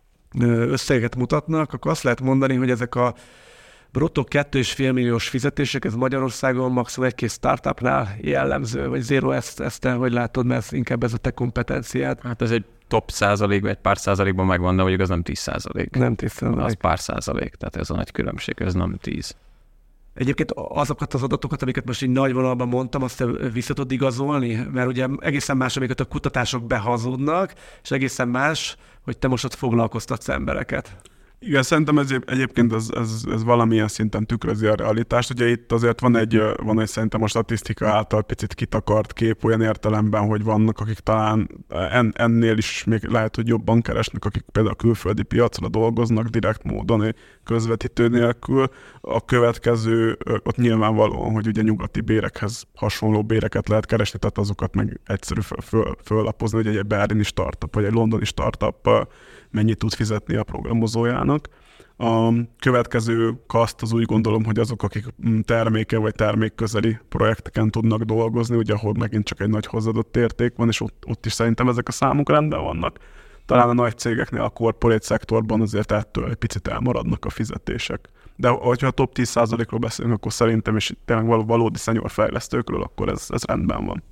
összegeket mutatnak, akkor azt lehet mondani, hogy ezek a bruttó két és fél milliós fizetések, ez Magyarországon maximum egy-két startupnál jellemző, vagy zero, ezt, ezt te hogy látod, mert ez inkább ez a te kompetenciád? Hát ez egy top százalékban, egy pár százalékban megvan, de mondjuk az nem tíz százalék. Nem tíz százalék. Az pár százalék, tehát ez a nagy különbség, ez nem tíz. Egyébként azokat az adatokat, amiket most így nagy vonalban mondtam, azt te vissza tudod igazolni? Mert ugye egészen más, amiket a kutatások behazudnak, és egészen más, hogy te most ott foglalkoztatsz embereket. Igen, szerintem ez, egyébként ez, ez, ez valamilyen szinten tükrözi a realitást. Ugye itt azért van egy, van egy szerintem a statisztika által picit kitakart kép olyan értelemben, hogy vannak, akik talán en, ennél is még lehet, hogy jobban keresnek, akik például a külföldi piacra dolgoznak direkt módon, közvetítő nélkül. A következő, ott nyilvánvalóan, hogy ugye nyugati bérekhez hasonló béreket lehet keresni, tehát azokat meg egyszerű föl, föl, föllapozni, hogy egy berlini startup, vagy egy londoni startup mennyit tud fizetni a programozójának. A következő kaszt az úgy gondolom, hogy azok, akik terméke vagy termékközeli projekteken tudnak dolgozni, ugye ahol megint csak egy nagy hozzáadott érték van, és ott, ott is szerintem ezek a számok rendben vannak. Talán a nagy cégeknél, a corporate szektorban azért ettől egy picit elmaradnak a fizetések. De hogyha a top tíz százalékról beszélünk, akkor szerintem, és tényleg valódi senior fejlesztőkről, akkor ez, ez rendben van.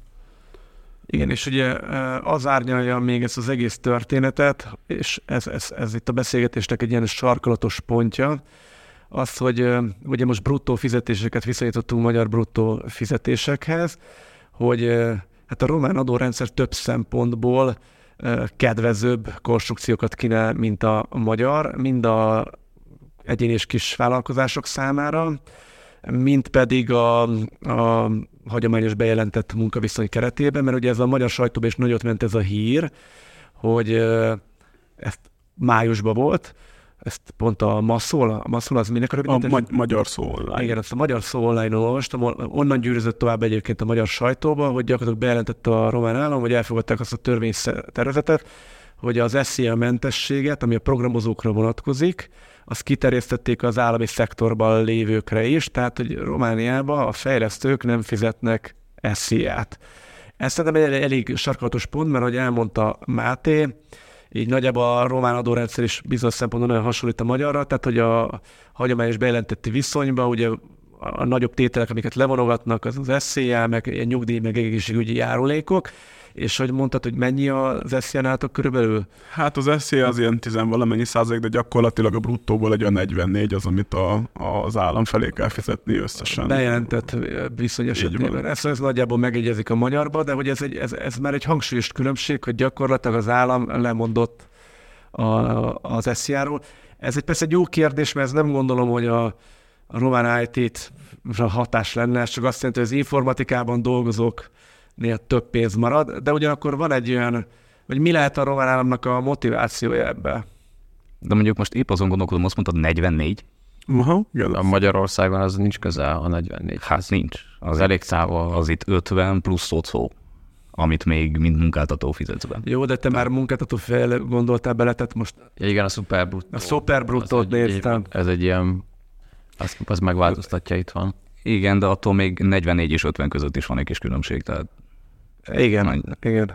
Igen, és ugye az árnyalja még ezt az egész történetet, és ez, ez, ez itt a beszélgetésnek egy ilyen sarkalatos pontja, az, hogy ugye most bruttó fizetéseket viszonyítottunk magyar bruttó fizetésekhez, hogy hát a román adórendszer több szempontból kedvezőbb konstrukciókat kínál, mint a magyar, mind a egyéni és kis vállalkozások számára, mint pedig a, a hagyományos bejelentett munkaviszony keretében, mert ugye ez a magyar sajtóban is nagyot ment ez a hír, hogy ezt májusban volt, ezt pont a Masszol, a Masszol az minek a ma- Magyar Szó Online. Igen, ezt a Magyar Szó Online-on olvastam, onnan gyűrözött tovább egyébként a magyar sajtóba, hogy gyakorlatilag bejelentette a román állam, hogy elfogadták azt a törvénytervezetet, hogy az es zé á mentességet, ami a programozókra vonatkozik, azt kiterjesztették az állami szektorban lévőkre is, tehát hogy Romániában a fejlesztők nem fizetnek es zé á-t. Ez szerintem egy elég sarkalatos pont, mert ahogy elmondta Máté, így nagyjából a román adórendszer is bizonyos szempontból nagyon hasonlít a magyarra, tehát hogy a hagyományos bejelentetti viszonyban ugye a nagyobb tételek, amiket levonogatnak, az az es zé á, meg ilyen nyugdíj, meg egészségügyi járulékok, és hogy mondtad, hogy mennyi az es zé á-nátok körülbelül? Hát az es zé á az ilyen tizenvalamennyi százalék, de gyakorlatilag a bruttóból egy olyan negyvennégy az, amit a, az állam felé kell fizetni összesen. Bejelentett viszony esetében. Ez, ez nagyjából megegyezik a magyarba, de hogy ez, egy, ez, ez már egy hangsúlyos különbség, hogy gyakorlatilag az állam lemondott a, az es zé á-ról. Ez egy persze egy jó kérdés, mert ez nem gondolom, hogy a, a román i té-t hatás lenne, csak azt jelenti, hogy az informatikában dolgozók több pénz marad, de ugyanakkor van egy olyan, hogy mi lehet a román államnak a motivációja ebbe? De mondjuk most épp azon gondolkodom, azt mondtad negyvennégy? Aha, a Magyarországon az nincs közel a negyvennégy. Hát nincs. Az elég számol. Az itt ötven plusz szocó, amit még mind munkáltató fizetsz be. Jó, de te már munkáltató fél gondoltál bele, tehát most... Ja, igen, a szuperbruttó. A szuperbruttót néztem. Ez egy ilyen... Az, az megváltoztatja, itt van. Igen, de attól még negyvennégy és ötven között is van egy kis különbség, tehát... Igen, Nagy... igen.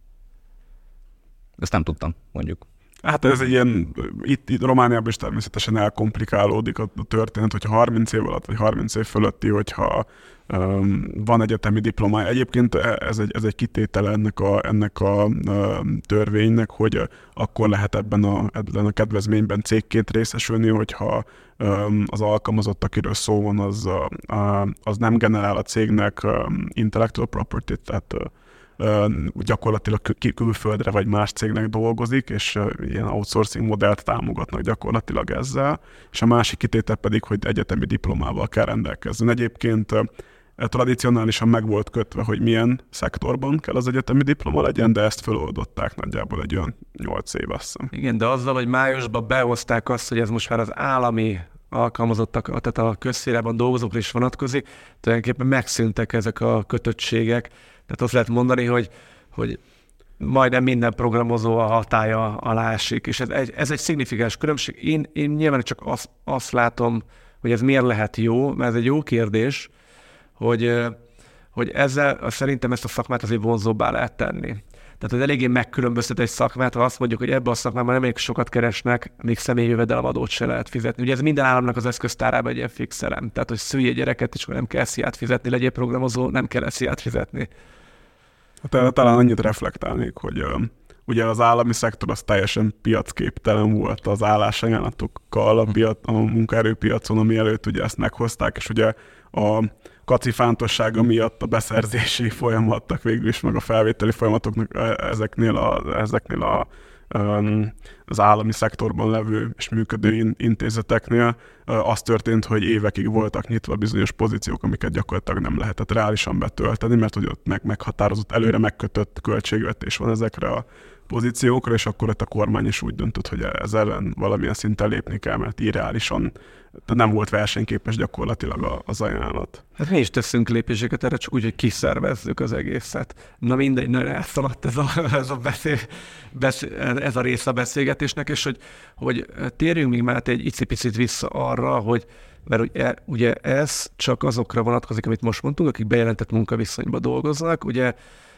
Ezt nem tudtam, mondjuk. Hát ez egy ilyen, itt, itt Romániában is természetesen elkomplikálódik a, a történet, hogyha harminc év alatt, vagy harminc év fölötti, hogyha um, van egyetemi diplomája. Egyébként ez egy, ez egy kitétele ennek a, ennek a um, törvénynek, hogy akkor lehet ebben a, ebben a kedvezményben cégként részesülni, hogyha um, az alkalmazott, akiről szó van, az, uh, az nem generál a cégnek um, intellectual property, tehát uh, Uh, gyakorlatilag külföldre vagy más cégnek dolgozik, és uh, ilyen outsourcing modellt támogatnak gyakorlatilag ezzel, és a másik kitétel pedig, hogy egyetemi diplomával kell rendelkezni. Egyébként uh, tradicionálisan meg volt kötve, hogy milyen szektorban kell az egyetemi diploma legyen, de ezt feloldották nagyjából egy olyan nyolc év, azt hiszem. Igen, de azzal, hogy májusban behozták azt, hogy ez most már az állami alkalmazottak, tehát a közszférában dolgozókra is vonatkozik, tulajdonképpen megszűntek ezek a kötöttségek. Tehát azt lehet mondani, hogy, hogy majdnem minden programozó a hatálya alá esik, és ez egy, ez egy szignifikáns különbség. Én, én nyilván csak azt, azt látom, hogy ez miért lehet jó, mert ez egy jó kérdés, hogy, hogy ezzel szerintem ezt a szakmát azért vonzóbbá lehet tenni. Tehát, hogy eléggé megkülönböztet egy szakmát, ha azt mondjuk, hogy ebben a szakmában nem elég sokat keresnek, még személyi jövedelemadót se lehet fizetni. Ugye ez minden államnak az eszköztárában egy ilyen fix elem. Tehát, hogy szülj egy gyereket, és akkor nem kell sziát fizetni, legyél programozó, nem kell sziát fizetni. Hát talán annyit reflektálnék, hogy uh, ugye az állami szektor az teljesen piacképtelen volt az állásajánlatokkal a, piac, a munkaerőpiacon, ami előtt ugye ezt meghozták, és ugye a kacifántossága miatt a beszerzési folyamatnak végül is, meg a felvételi folyamatoknak ezeknél, a, ezeknél a, az állami szektorban levő és működő intézeteknél az történt, hogy évekig voltak nyitva bizonyos pozíciók, amiket gyakorlatilag nem lehetett reálisan betölteni, mert hogy ott meg meghatározott, előre megkötött költségvetés van ezekre a pozíciókra, és akkor ott a kormány is úgy döntött, hogy ez ellen valamilyen szinten lépni kell, mert irreálisan nem volt versenyképes gyakorlatilag az ajánlat. Hát mi is teszünk lépéseket erre, csak úgy, hogy kiszervezzük az egészet. Na mindegy, nagyon elszaladt ez a, ez a, beszél, beszél, ez a rész a beszélgetésnek, és hogy, hogy térjünk még már egy icipicit vissza arra, hogy mert ugye, ugye ez csak azokra vonatkozik, amit most mondtunk, akik bejelentett munkaviszonyban dolgoznak, ugye,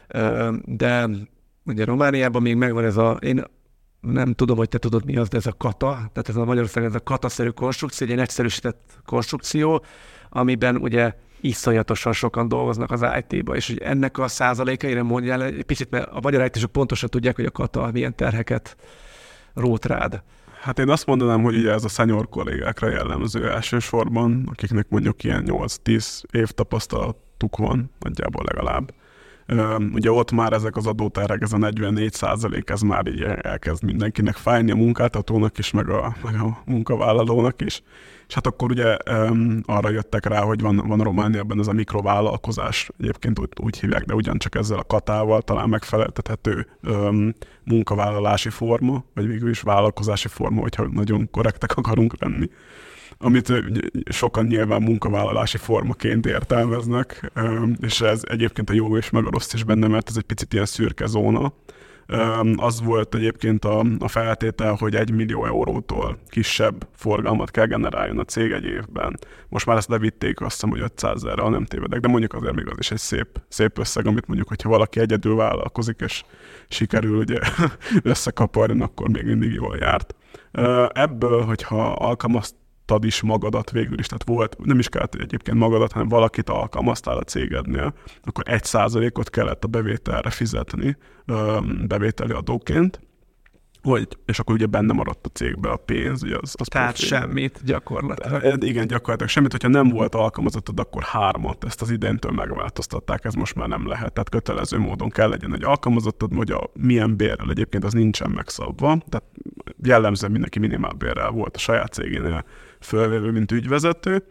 de ugye Romániában még megvan ez a, én nem tudom, hogy te tudod mi az, de ez a kata, tehát ez a Magyarországon ez a kataszerű konstrukció, egy ilyen egyszerűsített konstrukció, amiben ugye iszonyatosan sokan dolgoznak az í té-ba, és hogy ennek a százalékaira mondjál egy picit, mert a magyar í té-sok pontosan tudják, hogy a kata milyen terheket rót rád. Hát én azt mondanám, hogy ugye ez a senior kollégákra jellemző elsősorban, akiknek mondjuk ilyen nyolc-tíz év tapasztalatuk van, nagyjából legalább. Ugye ott már ezek az adóterhek, ez a negyvennégy százalék, ez már így elkezd mindenkinek fájni, a munkáltatónak is, meg a, meg a munkavállalónak is. És hát akkor ugye um, arra jöttek rá, hogy van, van Romániában ez a mikrovállalkozás, egyébként úgy, úgy hívják, de ugyancsak ezzel a katával talán megfeleltethető um, munkavállalási forma, vagy végül is vállalkozási forma, hogyha nagyon korrektek akarunk lenni, amit sokan nyilván munkavállalási formaként értelmeznek, és ez egyébként a jó és meg a rossz is benne, mert ez egy picit ilyen szürke zóna. Az volt egyébként a, a feltétel, hogy egy millió eurótól kisebb forgalmat kell generáljon a cég egy évben. Most már ezt levitték, azt hiszem, hogy ötszázezerre, ha nem tévedek, de mondjuk azért még az is egy szép, szép összeg, amit mondjuk, hogyha valaki egyedül vállalkozik, és sikerül ugye összekaparni, akkor még mindig jól járt. Ebből, hogyha alkalmazt tad is magadat végül is, tehát volt, nem is kellett egyébként magadat, hanem valakit alkalmaztál a cégednél, akkor egy százalékot kellett a bevételre fizetni bevételi adóként, hogy, és akkor ugye benne maradt a cégbe a pénz. Ugye az, az Tehát profil. Semmit gyakorlatilag. De, igen, gyakorlatilag semmit, hogyha nem volt alkalmazottad, akkor hármat, ezt az idéntől megváltoztatták, ez most már nem lehet, tehát kötelező módon kell legyen egy alkalmazottad, hogy a milyen bérrel egyébként az nincsen megszabva, tehát jellemzően mindenki minimálbérrel volt a saját cégénél fölvéve, mint ügyvezető,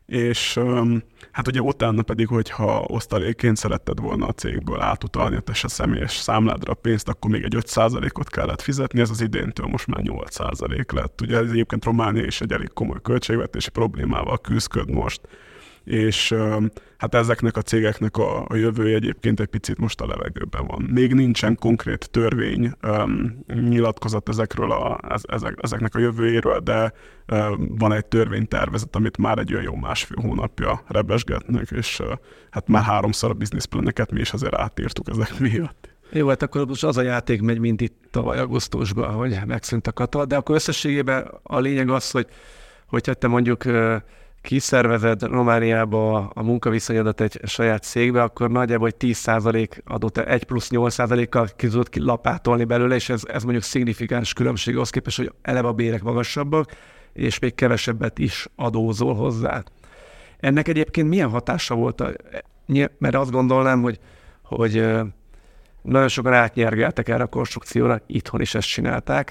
és um, hát ugye utána pedig, hogyha osztalékként szeretted volna a cégből átutalni a te se személyes számládra a pénzt, akkor még egy öt százalékot kellett fizetni, ez az idéntől most már nyolc százalék lett. Ugye ez egyébként Románia is egy elég komoly költségvetési problémával küzdköd most, és hát ezeknek a cégeknek a, a jövője egyébként egy picit most a levegőben van. Még nincsen konkrét törvény, um, nyilatkozat ezekről a, ezek, ezeknek a jövőjéről, de um, van egy törvénytervezet, amit már egy olyan jó másfél hónapja rebesgetnek, és uh, hát már háromszor a bizniszplaneket mi is azért átírtuk ezek miatt. Jó, hát akkor most az a játék megy, mint itt tavaly augusztusban, hogy megszűnt a kata, de akkor összességében a lényeg az, hogy hogyha te mondjuk kiszervezed Romániába a munkaviszonyodat egy saját cégbe, akkor nagyjából tíz százalék adott egy plusz nyolc százalékkal ki tudod lapátolni belőle, és ez, ez mondjuk szignifikáns különbség ahhoz képest, hogy eleve a bérek magasabbak, és még kevesebbet is adózol hozzá. Ennek egyébként milyen hatása volt? A, mert azt gondolnám, hogy, hogy nagyon sokan átnyergeltek erre a konstrukcióra, itthon is ezt csinálták,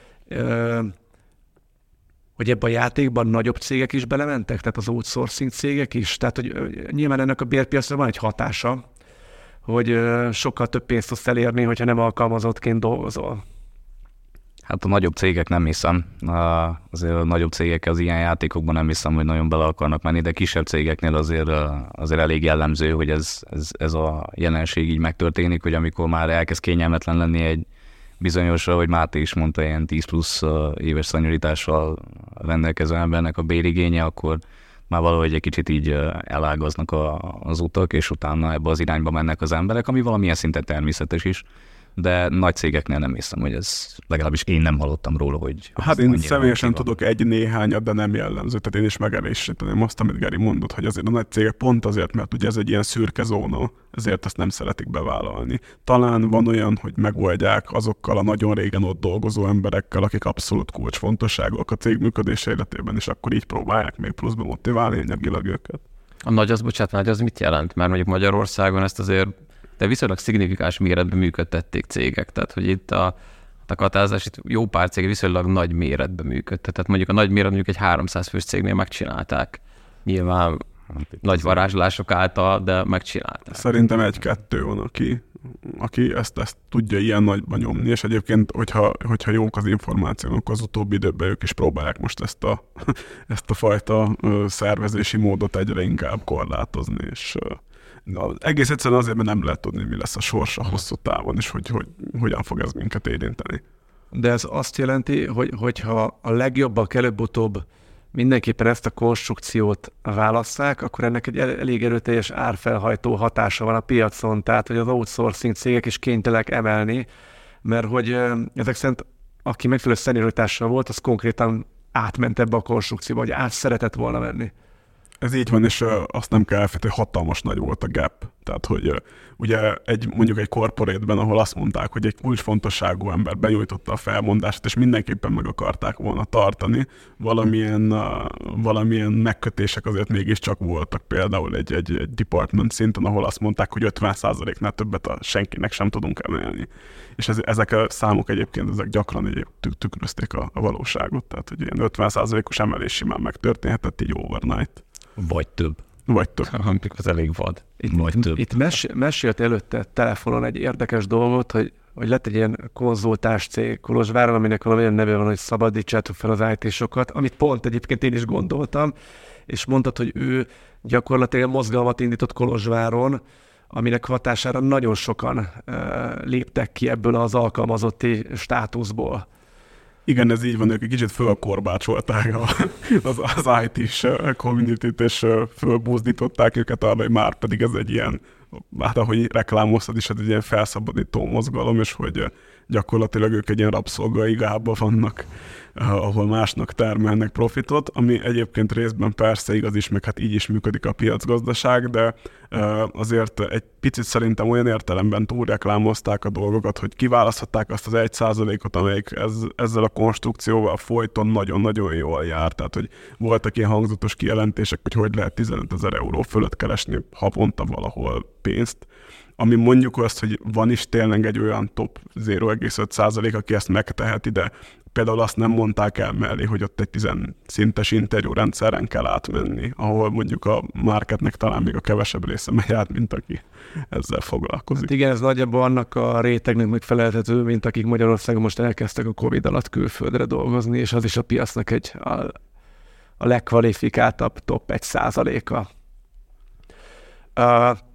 hogy ebben a játékban nagyobb cégek is belementek, tehát az outsourcing cégek is, tehát hogy nyilván ennek a bérpiacra van egy hatása, hogy sokkal több pénzt tudsz elérni, hogyha nem alkalmazottként dolgozol. Hát a nagyobb cégek nem hiszem, azért a nagyobb cégek az ilyen játékokban nem hiszem, hogy nagyon bele akarnak menni, de kisebb cégeknél azért, azért elég jellemző, hogy ez, ez, ez a jelenség így megtörténik, hogy amikor már elkezd kényelmetlen lenni egy bizonyos, ahogy Máté is mondta, ilyen tíz plusz éves szanyoritással rendelkező embernek a bérigénye, akkor már valahogy egy kicsit így elágaznak a, az utak, és utána ebbe az irányba mennek az emberek, ami valamilyen szinten természetes is, de nagy cégeknél nem hiszem, hogy ez, legalábbis én nem hallottam róla, hogy... Hát én személyesen tudok egy-néhányat, de nem jellemző, tehát én is megerősíteném azt, amit Geri mondott, hogy azért a nagy cégek pont azért, mert ugye ez egy ilyen szürke zóna, ezért ezt nem szeretik bevállalni. Talán van olyan, hogy megoldják azokkal a nagyon régen ott dolgozó emberekkel, akik abszolút kulcsfontosságúak a cég működése életében, és akkor így próbálják még pluszban motiválni anyagilag őket. A nagy az, bocsánat, nagy az mit jelent? Mert mondjuk Magyarországon ezt azért de viszonylag szignifikáns méretben működtették cégek. Tehát, hogy itt a, a katázás, itt jó pár cég viszonylag nagy méretben működtet. Tehát mondjuk a nagy méret mondjuk egy háromszáz fős cégnél megcsinálták. Nyilván nagy varázslások által, de megcsinálták. Szerintem egy-kettő van, aki, aki ezt, ezt tudja ilyen nagyban nyomni, és egyébként, hogyha, hogyha jók az információk, az utóbbi időben ők is próbálják most ezt a, ezt a fajta szervezési módot egyre inkább korlátozni, és na, egész egyszerűen azért, mert nem lehet tudni, mi lesz a sorsa hosszú távon, és hogy, hogy hogyan fog ez minket érinteni. De ez azt jelenti, hogy hogyha a legjobbak előbb-utóbb mindenképpen ezt a konstrukciót válasszák, akkor ennek egy elég erőteljes árfelhajtó hatása van a piacon, tehát hogy az outsourcing cégek is kénytelenek emelni, mert hogy ezek szerint aki megfelelő szenioritással volt, az konkrétan átment ebbe a konstrukcióba, vagy át szeretett volna menni. Ez így van, és azt nem kell elfelejteni, hogy hatalmas nagy volt a gap. Tehát, hogy ugye egy, mondjuk egy corporate-ben, ahol azt mondták, hogy egy kulcsfontosságú ember benyújtotta a felmondását, és mindenképpen meg akarták volna tartani, valamilyen, valamilyen megkötések azért mégiscsak voltak. Például egy, egy, egy department szinten, ahol azt mondták, hogy ötven százaléknál többet a senkinek sem tudunk emelni. És ez, ezek a számok egyébként ezek gyakran egyébként tükrözték a, a valóságot. Tehát, hogy ilyen ötven százalékos emelés simán megtörténhetett így overnight. Vagy több. Vagy több. Amikor az elég vad. Itt, Vagy több. Itt mes- mesélt előtte telefonon egy érdekes dolgot, hogy, hogy lett egy ilyen konzultás cég Kolozsváron, aminek valamilyen neve van, hogy szabadítsátok fel az í té-sokat, amit pont egyébként én is gondoltam, és mondtad, hogy ő gyakorlatilag mozgalmat indított Kolozsváron, aminek hatására nagyon sokan uh, léptek ki ebből az alkalmazotti státuszból. Igen, ez így van, ők egy kicsit fölkorbácsolták az, az í té-s community-t, és fölbuzdították őket arra, hogy már pedig ez egy ilyen, hát ahogy reklámoztad is, ez egy ilyen felszabadító mozgalom, és hogy gyakorlatilag ők egy ilyen rabszolgaigában vannak, ahol másnak termelnek profitot, ami egyébként részben persze igaz is, meg hát így is működik a piacgazdaság, de azért egy picit szerintem olyan értelemben túlreklámozták a dolgokat, hogy kiválaszthatták azt az egy százalékot, amelyik ez, ezzel a konstrukcióval folyton nagyon-nagyon jól jár. Tehát, hogy voltak ilyen hangzatos kijelentések, hogy hogy lehet tizenöt ezer euró fölött keresni havonta valahol pénzt, ami mondjuk azt, hogy van is tényleg egy olyan top nulla egész öt százalék, aki ezt megteheti, de például azt nem mondták el mellé, hogy ott egy tizen szintes interjúrendszeren kell átmenni, ahol mondjuk a marketnek talán még a kevesebb része megy át, mint aki ezzel foglalkozik. Hát igen, ez nagyjából annak a rétegnek megfelelhető, mint akik Magyarországon most elkezdtek a Covid alatt külföldre dolgozni, és az is a piacnak egy a, a legkvalifikáltabb top egy százaléka. Uh,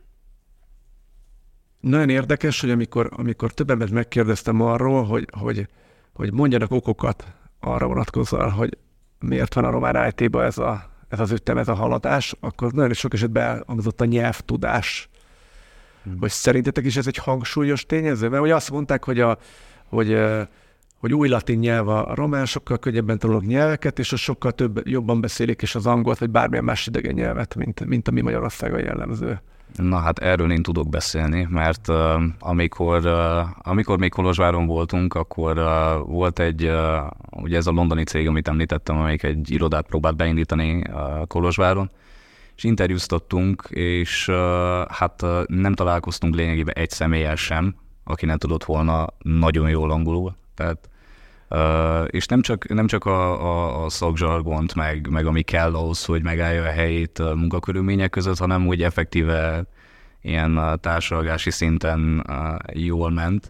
nagyon érdekes, hogy amikor, amikor több embert megkérdeztem arról, hogy, hogy, hogy mondjanak okokat arra vonatkozóan, hogy miért van a román í té-ba ez, a, ez az ütem, ez a haladás, akkor nagyon sok esetben elhangzott a nyelvtudás. Hmm. Hogy szerintetek is ez egy hangsúlyos tényező? Mert ugye azt mondták, hogy, a, hogy, hogy új latin nyelv a román, sokkal könnyebben tanulnak nyelveket, és az sokkal több, jobban beszélik is az angolt, vagy bármilyen más idegen nyelvet, mint, mint ami Magyarországon jellemző. Na hát erről én tudok beszélni, mert uh, amikor, uh, amikor még Kolozsváron voltunk, akkor uh, volt egy, uh, ugye ez a londoni cég, amit említettem, amelyik egy irodát próbált beindítani uh, Kolozsváron, és interjúztattunk, és uh, hát uh, nem találkoztunk lényegében egy személlyel sem, aki nem tudott volna nagyon jól angolul. Tehát, uh, és nem csak, nem csak a, a, a szakzsargont, meg, meg ami kell ahhoz, hogy megállja a helyét a munkakörülmények között, hanem úgy effektíve ilyen uh, társalgási szinten uh, jól ment.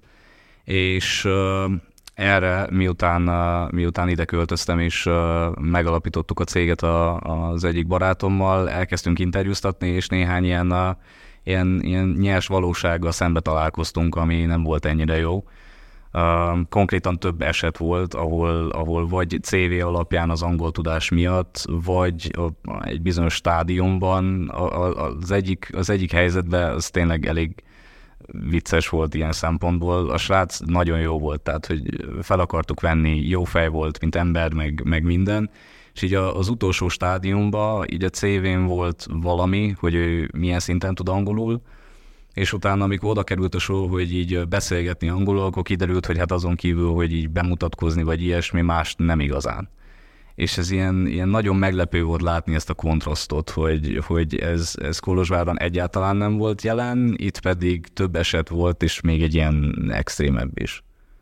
És uh, erre miután, uh, miután ide költöztem, és uh, megalapítottuk a céget a, az egyik barátommal, elkezdtünk interjúztatni, és néhány ilyen, uh, ilyen, ilyen nyers valósággal szembe találkoztunk, ami nem volt ennyire jó. Uh, konkrétan több eset volt, ahol, ahol vagy cé vé alapján az angol tudás miatt, vagy egy bizonyos stádiumban az egyik, az egyik helyzetben az tényleg elég vicces volt ilyen szempontból. A srác nagyon jó volt, tehát hogy fel akartuk venni, jó fej volt, mint ember, meg, meg minden, és így az utolsó stádiumban így a cé vén volt valami, hogy ő milyen szinten tud angolul, és utána, amikor oda került a sor, hogy így beszélgetni angolul, akkor kiderült, hogy hát azon kívül, hogy így bemutatkozni, vagy ilyesmi, más nem igazán. És ez ilyen, ilyen nagyon meglepő volt látni ezt a kontrasztot, hogy, hogy ez, ez Kolozsváron egyáltalán nem volt jelen, itt pedig több eset volt, és még egy ilyen extrémebb is.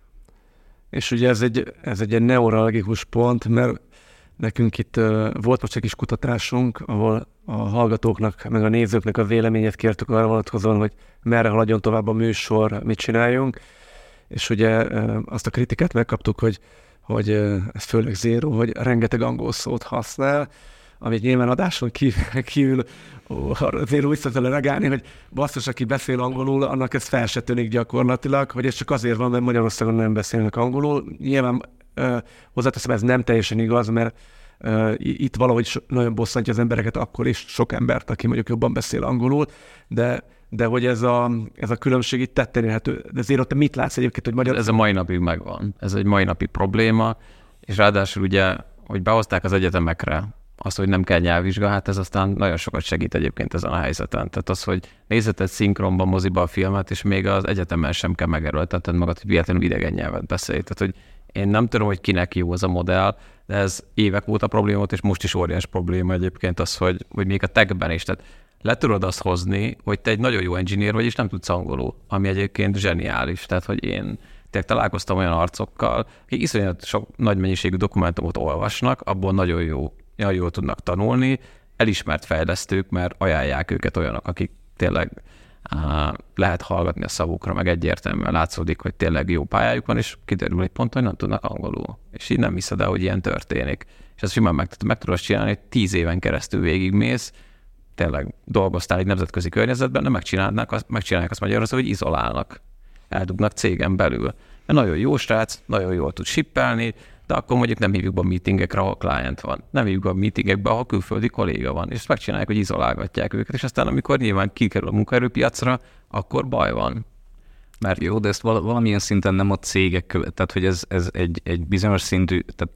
És ugye ez egy, ez egy ilyen neuralgikus pont, mert nekünk itt uh, volt most egy kis kutatásunk, ahol a hallgatóknak, meg a nézőknek a véleményét kértük arra vonatkozóan, hogy merre haladjon tovább a műsor, mit csináljunk. És ugye uh, azt a kritikát megkaptuk, hogy, hogy uh, ez főleg Zero, hogy rengeteg angol szót használ, amit nyilván adáson kívül, kívül ó, Zero vissza tudja reagálni, hogy basszus, aki beszél angolul, annak ez fel se tűnik gyakorlatilag, hogy ez csak azért van, mert Magyarországon nem beszélnek angolul. Nyilván uh, hozzáteszem, ez nem teljesen igaz, mert Uh, itt valahogy so, nagyon bosszantja az embereket akkor is, sok embert, aki mondjuk jobban beszél angolul, de, de hogy ez a, ez a különbség itt tetten érhető. De azért ott te mit látsz egyébként, hogy magyar... Ez a mai napig megvan. Ez egy mai napi probléma, és ráadásul ugye, hogy behozták az egyetemekre azt, hogy nem kell nyelvvizsga, hát ez aztán nagyon sokat segít egyébként ezen a helyzeten. Tehát az, hogy nézheted szinkronban, moziba a filmet, és még az egyetemen sem kell megerőltetned magad, hogy véletlenül idegen nyelvet beszélj. Tehát, hogy én nem tudom, hogy kinek jó az a modell, de ez évek óta probléma volt, és most is óriás probléma egyébként az, hogy, hogy még a techben is. Tehát le tudod azt hozni, hogy te egy nagyon jó engineer vagy, és nem tudsz angolul, ami egyébként zseniális. Tehát, hogy én tényleg találkoztam olyan arcokkal, akik iszonyat sok nagy mennyiségű dokumentumot olvasnak, abból nagyon jó, nagyon jól tudnak tanulni, elismert fejlesztők, mert ajánlják őket olyanok, akik tényleg Uh, lehet hallgatni a szavukra, meg egyértelműen látszódik, hogy tényleg jó pályájuk van, és kiderül egy pont, hogy nem tudnak angolul. És így nem hiszed el, hogy ilyen történik. És ezt simán meg, meg tudod csinálni, hogy tíz éven keresztül végigmész, tényleg dolgoztál egy nemzetközi környezetben, de megcsinálnak azt, megcsinálják azt Magyarországon, hogy izolálnak, eldugnak cégen belül. Mert nagyon jó srác, nagyon jól tud sippelni, de akkor mondjuk nem hívjuk be a meetingekre, ahol client van. Nem hívjuk be a meetingekbe, ahol külföldi kolléga van. És ezt megcsinálják, hogy izolálgatják őket, és aztán amikor nyilván kikerül a munkaerőpiacra, akkor baj van. Mert jó, de ezt valamilyen szinten nem a cégek követ, tehát hogy ez, ez egy, egy bizonyos szintű, tehát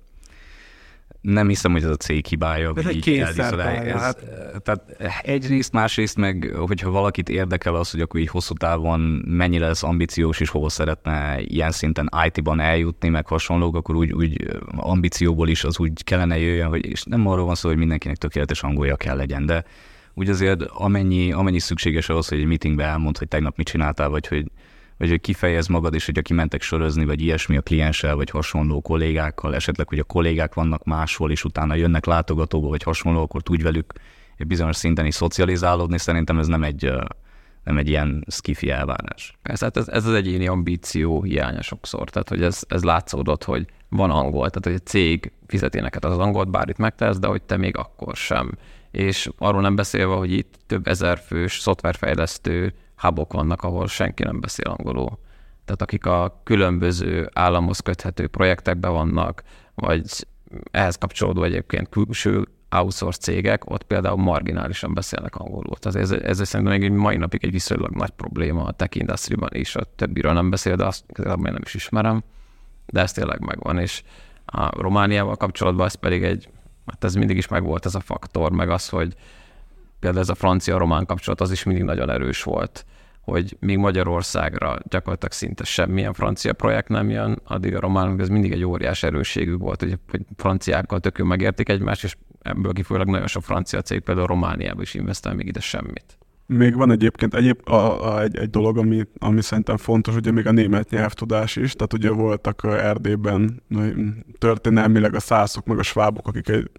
nem hiszem, hogy ez a cég hibája, hogy így eldiszolálják. Hát, tehát egyrészt, másrészt meg, hogyha valakit érdekel az, hogy akkor így hosszú távon mennyire lesz ambíciós, és hol szeretne ilyen szinten í té-ban eljutni, meg hasonlók, akkor úgy, úgy ambícióból is az úgy kellene jöjjön, hogy és nem arról van szó, hogy mindenkinek tökéletes angolja kell legyen, de úgy azért amennyi, amennyi szükséges ahhoz, hogy egy meetingbe elmond, hogy tegnap mit csináltál, vagy hogy, vagy hogy kifejez magad, és hogyha kimentek sörözni, vagy ilyesmi a klienssel, vagy hasonló kollégákkal, esetleg, hogy a kollégák vannak máshol, és utána jönnek látogatóba, vagy hasonló, akkor tudj velük egy bizonyos szinten is szocializálódni. Szerintem ez nem egy, nem egy ilyen skifi elvárás. Persze, hát ez, ez az egyéni ambíció hiánya sokszor, tehát hogy ez, ez látszódott, hogy van angol, tehát hogy a cég fizeti neked az angolt, bár itt megtesz, de hogy te még akkor sem. És arról nem beszélve, hogy itt több ezer fős szoftverfejlesztő hubok vannak, ahol senki nem beszél angolul. Tehát akik a különböző államhoz köthető projektekben vannak, vagy ehhez kapcsolódó egyébként külső outsource cégek, ott például marginálisan beszélnek angolul. Tehát ez, ez szerintem még mai napig egy viszonylag nagy probléma a tech industry-ban is, a többiről nem beszél, de azt nem is ismerem, de ez tényleg megvan, és a Romániával kapcsolatban ez pedig egy, hát ez mindig is megvolt ez a faktor, meg az, hogy például ez a francia-román kapcsolat az is mindig nagyon erős volt, hogy még Magyarországra gyakorlatilag szinte semmilyen francia projekt nem jön, addig a románok, ez mindig egy óriás erősségük volt, hogy, hogy franciákkal tökül megértik egymást, és ebből kifolyólag nagyon sok francia cég például Romániába is investál, még ide semmit. Még van egyébként egyéb, a, a, egy, egy dolog, ami, ami szerintem fontos, ugye még a német nyelvtudás is, tehát ugye voltak Erdélyben történelmileg a szászok, meg a svábok, akik egy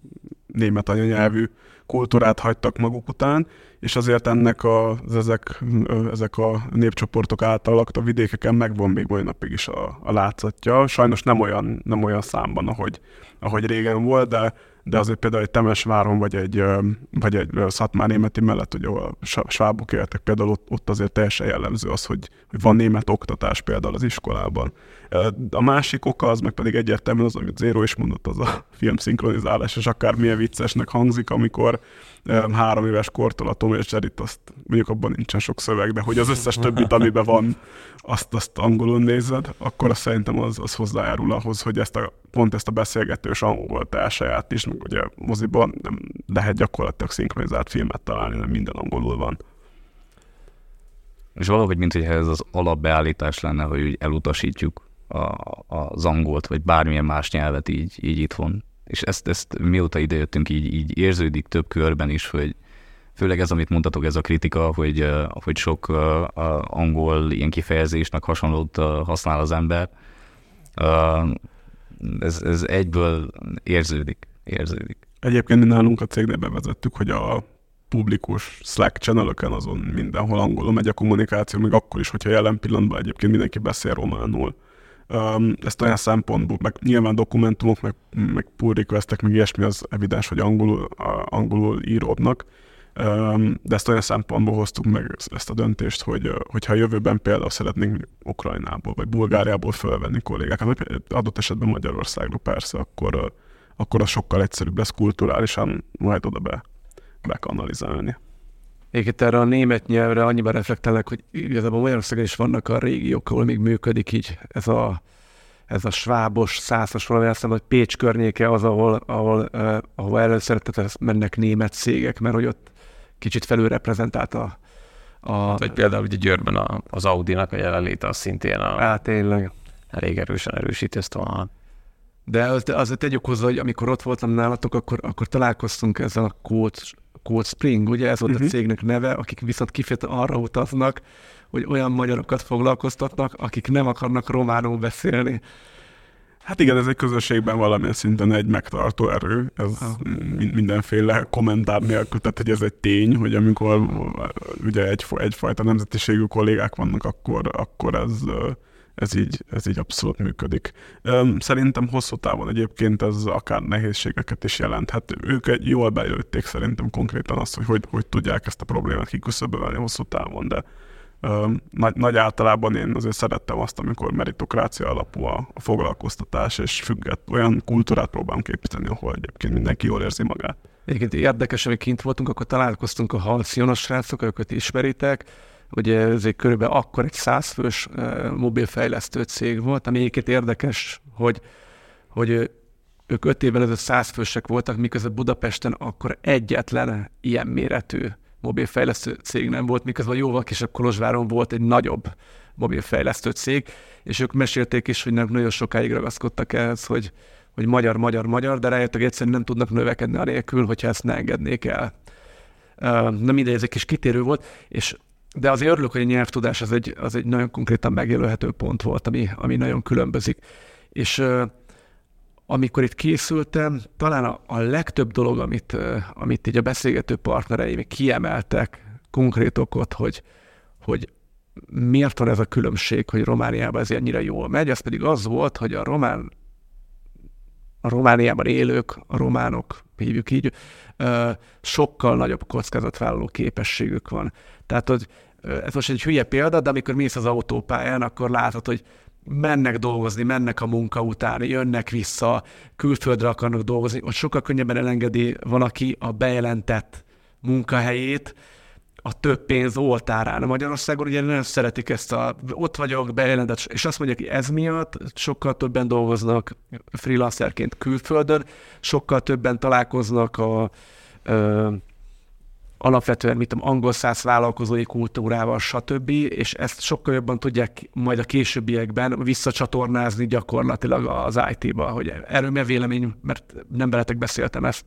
német anyanyelvű kultúrát hagytak maguk után, és azért ennek az, ezek, ezek a népcsoportok által lakta vidékeken megvan még mai napig is a, a látszatja. Sajnos nem olyan, nem olyan számban, ahogy, ahogy régen volt, de, de azért például egy Temesváron, vagy egy, vagy egy Szatmár-Németi mellett, ugye, ahol a svábok éltek, például ott, ott azért teljesen jellemző az, hogy, hogy van német oktatás például az iskolában. A másik oka az meg pedig egyértelműen az, amit Zero is mondott, az a filmszinkronizálás, és akár milyen viccesnek hangzik, amikor három éves kortól a Tom és Jerryt, azt mondjuk abban nincsen sok szöveg, de hogy az összes többit, amiben van, azt, azt angolul nézed, akkor azt szerintem az, az hozzájárul ahhoz, hogy ezt a, pont ezt a beszélgetős angolt elsaját is, meg ugye moziban nem lehet gyakorlatilag szinkronizált filmet találni, nem minden angolul van. És valahogy, mint hogyha ez az alapbeállítás lenne, hogy úgy elutasítjuk a, az angolt, vagy bármilyen más nyelvet így, így itthon. És ezt, ezt mióta idejöttünk, így, így érződik több körben is, hogy főleg ez, amit mondtatok, ez a kritika, hogy, hogy sok uh, angol ilyen kifejezésnek hasonlót uh, használ az ember. Uh, ez, ez egyből érződik. érződik. Egyébként mi nálunk a cégnél bevezettük, hogy a publikus Slack channelöken azon mindenhol angolul megy a kommunikáció, még akkor is, hogyha jelen pillanatban egyébként mindenki beszél románul. Um, ezt olyan szempontból, meg nyilván dokumentumok, meg, meg pull requestek, meg ilyesmi az evidens, hogy angolul, angolul íródnak, um, de ezt olyan szempontból hoztuk meg ezt a döntést, hogy hogyha a jövőben például szeretnénk Ukrajnából, vagy Bulgáriából fölvenni kollégákat, vagy adott esetben Magyarországról persze, akkor, akkor az sokkal egyszerűbb lesz kulturálisan majd oda be, bekanalizálni. Egyébként erre a német nyelvre annyiban reflektálnak, hogy igazából Magyarországon is vannak a régiók, ahol még működik így ez a, ez a svábos, szászos valami, azt hiszem, hogy Pécs környéke az, ahol, ahol, uh, ahol előszeretettel mennek német cégek, mert hogy ott kicsit felülreprezentált a... a vagy például ugye Győrben a, az Audi-nak a jelenléte az szintén a, á, tényleg. elég erősen erősíti ezt a... De azért tegyük hozzá, hogy amikor ott voltam nálatok, akkor, akkor találkoztunk ezzel a Code, Code Spring, ugye ez volt uh-huh. a cégnek neve, akik viszont kifejezetten arra utaznak, hogy olyan magyarokat foglalkoztatnak, akik nem akarnak románul beszélni. Hát igen, ez egy közösségben valamilyen szinten egy megtartó erő, ez ah. mindenféle kommentár nélkül, tehát hogy ez egy tény, hogy amikor ugye egy, egyfajta nemzetiségű kollégák vannak, akkor, akkor ez, ez, így, ez így abszolút működik. Szerintem hosszú távon egyébként ez akár nehézségeket is jelenthet. Ők egy jól belőtték szerintem konkrétan azt, hogy, hogy hogy tudják ezt a problémát kiküszöbölni hosszú távon, de Nagy, nagy általában én azért szerettem azt, amikor meritokrácia alapú a, a foglalkoztatás, és függet, olyan kultúrát próbálunk képíteni, ahol egyébként mindenki jól érzi magát. Egyébként érdekes, hogy kint voltunk, akkor találkoztunk a Halcyonos srácok, őket ismeritek. Ugye ez egy körülbelül akkor egy százfős uh, mobilfejlesztő cég volt, ami egyébként érdekes, hogy, hogy ők öt évvel ezelőtt százfősek voltak, miközben Budapesten akkor egyetlen ilyen méretű mobilfejlesztő cég nem volt, miközben jóval kisebb Kolozsváron volt egy nagyobb mobilfejlesztő cég, és ők mesélték is, hogy nem nagyon sokáig ragaszkodtak ehhez, hogy, hogy magyar, magyar, magyar, de rájöttek, egyszerűen nem tudnak növekedni anélkül, hogyha ezt ne engednék el. Nem mindegy, ez egy kis kitérő volt, és de azért örülök, hogy a nyelvtudás az egy, az egy nagyon konkrétan megjelölhető pont volt, ami, ami nagyon különbözik. És uh, amikor itt készültem, talán a, a legtöbb dolog, amit, uh, amit így a beszélgető partnereim kiemeltek, konkrét okot, hogy, hogy miért van ez a különbség, hogy Romániában ez ennyire jól megy, az pedig az volt, hogy a román, a Romániában élők, a románok, hívjuk így, uh, sokkal nagyobb kockázatvállaló képességük van. Tehát, hogy ez most egy hülye példa, de amikor mész az autópályán, akkor látod, hogy mennek dolgozni, mennek a munka után, jönnek vissza, külföldre akarnak dolgozni, ott sokkal könnyebben elengedi valaki a bejelentett munkahelyét a több pénz oltárán. A Magyarországon ugye nagyon szeretik ezt a, ott vagyok, bejelentett, és azt mondják, hogy ez miatt sokkal többen dolgoznak freelancerként külföldön, sokkal többen találkoznak a ö, alapvetően, mit tudom, angol száz vállalkozói kultúrával, stb., és ezt sokkal jobban tudják majd a későbbiekben visszacsatornázni gyakorlatilag az í té-ba, hogy erről mi a vélemény, mert nem veletek beszéltem ezt.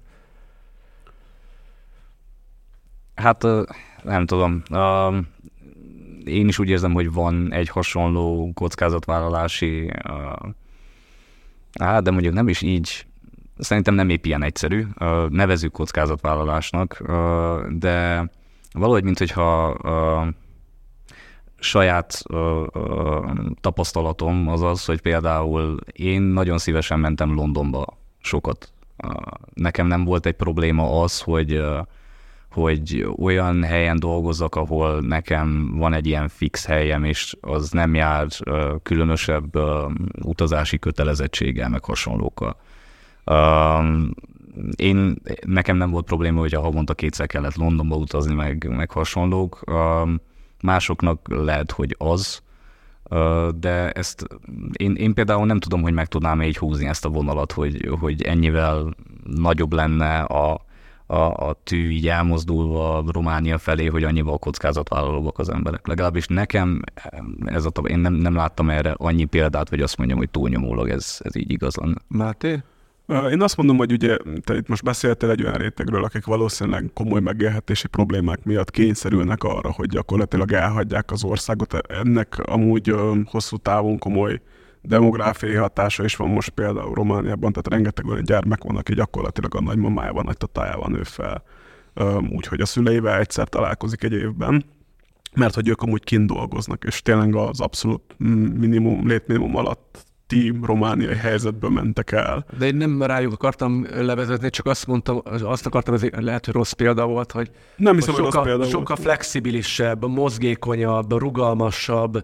Hát nem tudom. Én is úgy érzem, hogy van egy hasonló kockázatvállalási, hát de mondjuk nem is így, szerintem nem épp ilyen egyszerű, nevezzük kockázatvállalásnak, de valahogy, minthogyha saját tapasztalatom az az, hogy például én nagyon szívesen mentem Londonba sokat. Nekem nem volt egy probléma az, hogy, hogy olyan helyen dolgozzak, ahol nekem van egy ilyen fix helyem, és az nem jár különösebb utazási kötelezettséggel, meg hasonlókkal. Uh, én, nekem nem volt probléma, hogy a havonta kétszer kellett Londonba utazni, meg, meg hasonlók. Uh, másoknak lehet, hogy az, uh, de ezt én, én például nem tudom, hogy meg tudnám így húzni ezt a vonalat, hogy, hogy ennyivel nagyobb lenne a, a, a tű így elmozdulva Románia felé, hogy annyival kockázatvállalóak az emberek. Legalábbis nekem ez a, én nem, nem láttam erre annyi példát, hogy azt mondjam, hogy túlnyomólag ez, ez így igaz lenne. Máté? Én azt mondom, hogy ugye te itt most beszéltél egy olyan rétegről, akik valószínűleg komoly megélhetési problémák miatt kényszerülnek arra, hogy gyakorlatilag elhagyják az országot. Ennek amúgy hosszú távon komoly demográfiai hatása is van most például Romániában, tehát rengeteg olyan gyermek van, aki gyakorlatilag a nagymamájában, nagytatájában nő fel, úgyhogy a szüleivel egyszer találkozik egy évben, mert hogy ők amúgy kint dolgoznak, és tényleg az abszolút minimum, létminimum alatt romániai helyzetből mentek el. De én nem rájuk akartam levezetni, csak azt mondtam, azt akartam, ez lehet, hogy rossz példa volt, hogy, nem hiszem, hogy sokkal, hogy rossz sokkal flexibilisebb, mozgékonyabb, rugalmasabb,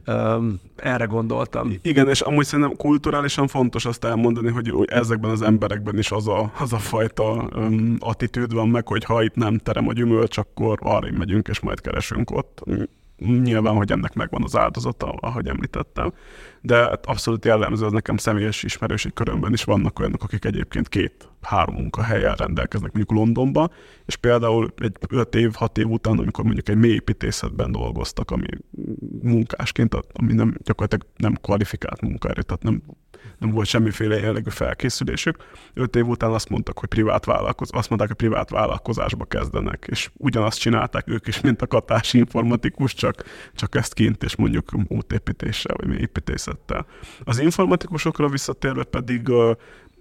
um, erre gondoltam. Igen, és amúgy szerintem kulturálisan fontos azt elmondani, hogy, hogy ezekben az emberekben is az a, az a fajta um, attitűd van meg, hogy ha itt nem terem a gyümölcs, akkor arra megyünk, és majd keresünk ott. Nyilván, hogy ennek megvan az áldozata, ahogy említettem, de abszolút jellemző, az nekem személyes ismerősi körömben is vannak olyanok, akik egyébként két-három munkahelyen rendelkeznek mondjuk Londonba, és például egy öt év, hat év után, amikor mondjuk egy mélyépítészetben dolgoztak, ami munkásként, ami nem, gyakorlatilag nem kvalifikált munkaerő, tehát nem, nem volt semmiféle jellegű felkészülésük. Öt év után azt mondtak, hogy privát vállalkoz, azt mondták, hogy privát vállalkozásba kezdenek, és ugyanazt csinálták ők is, mint a katási informatikus, csak, csak ezt kint, és mondjuk útépítéssel, vagy mélyépítészettel. Az informatikusokra visszatérve pedig uh,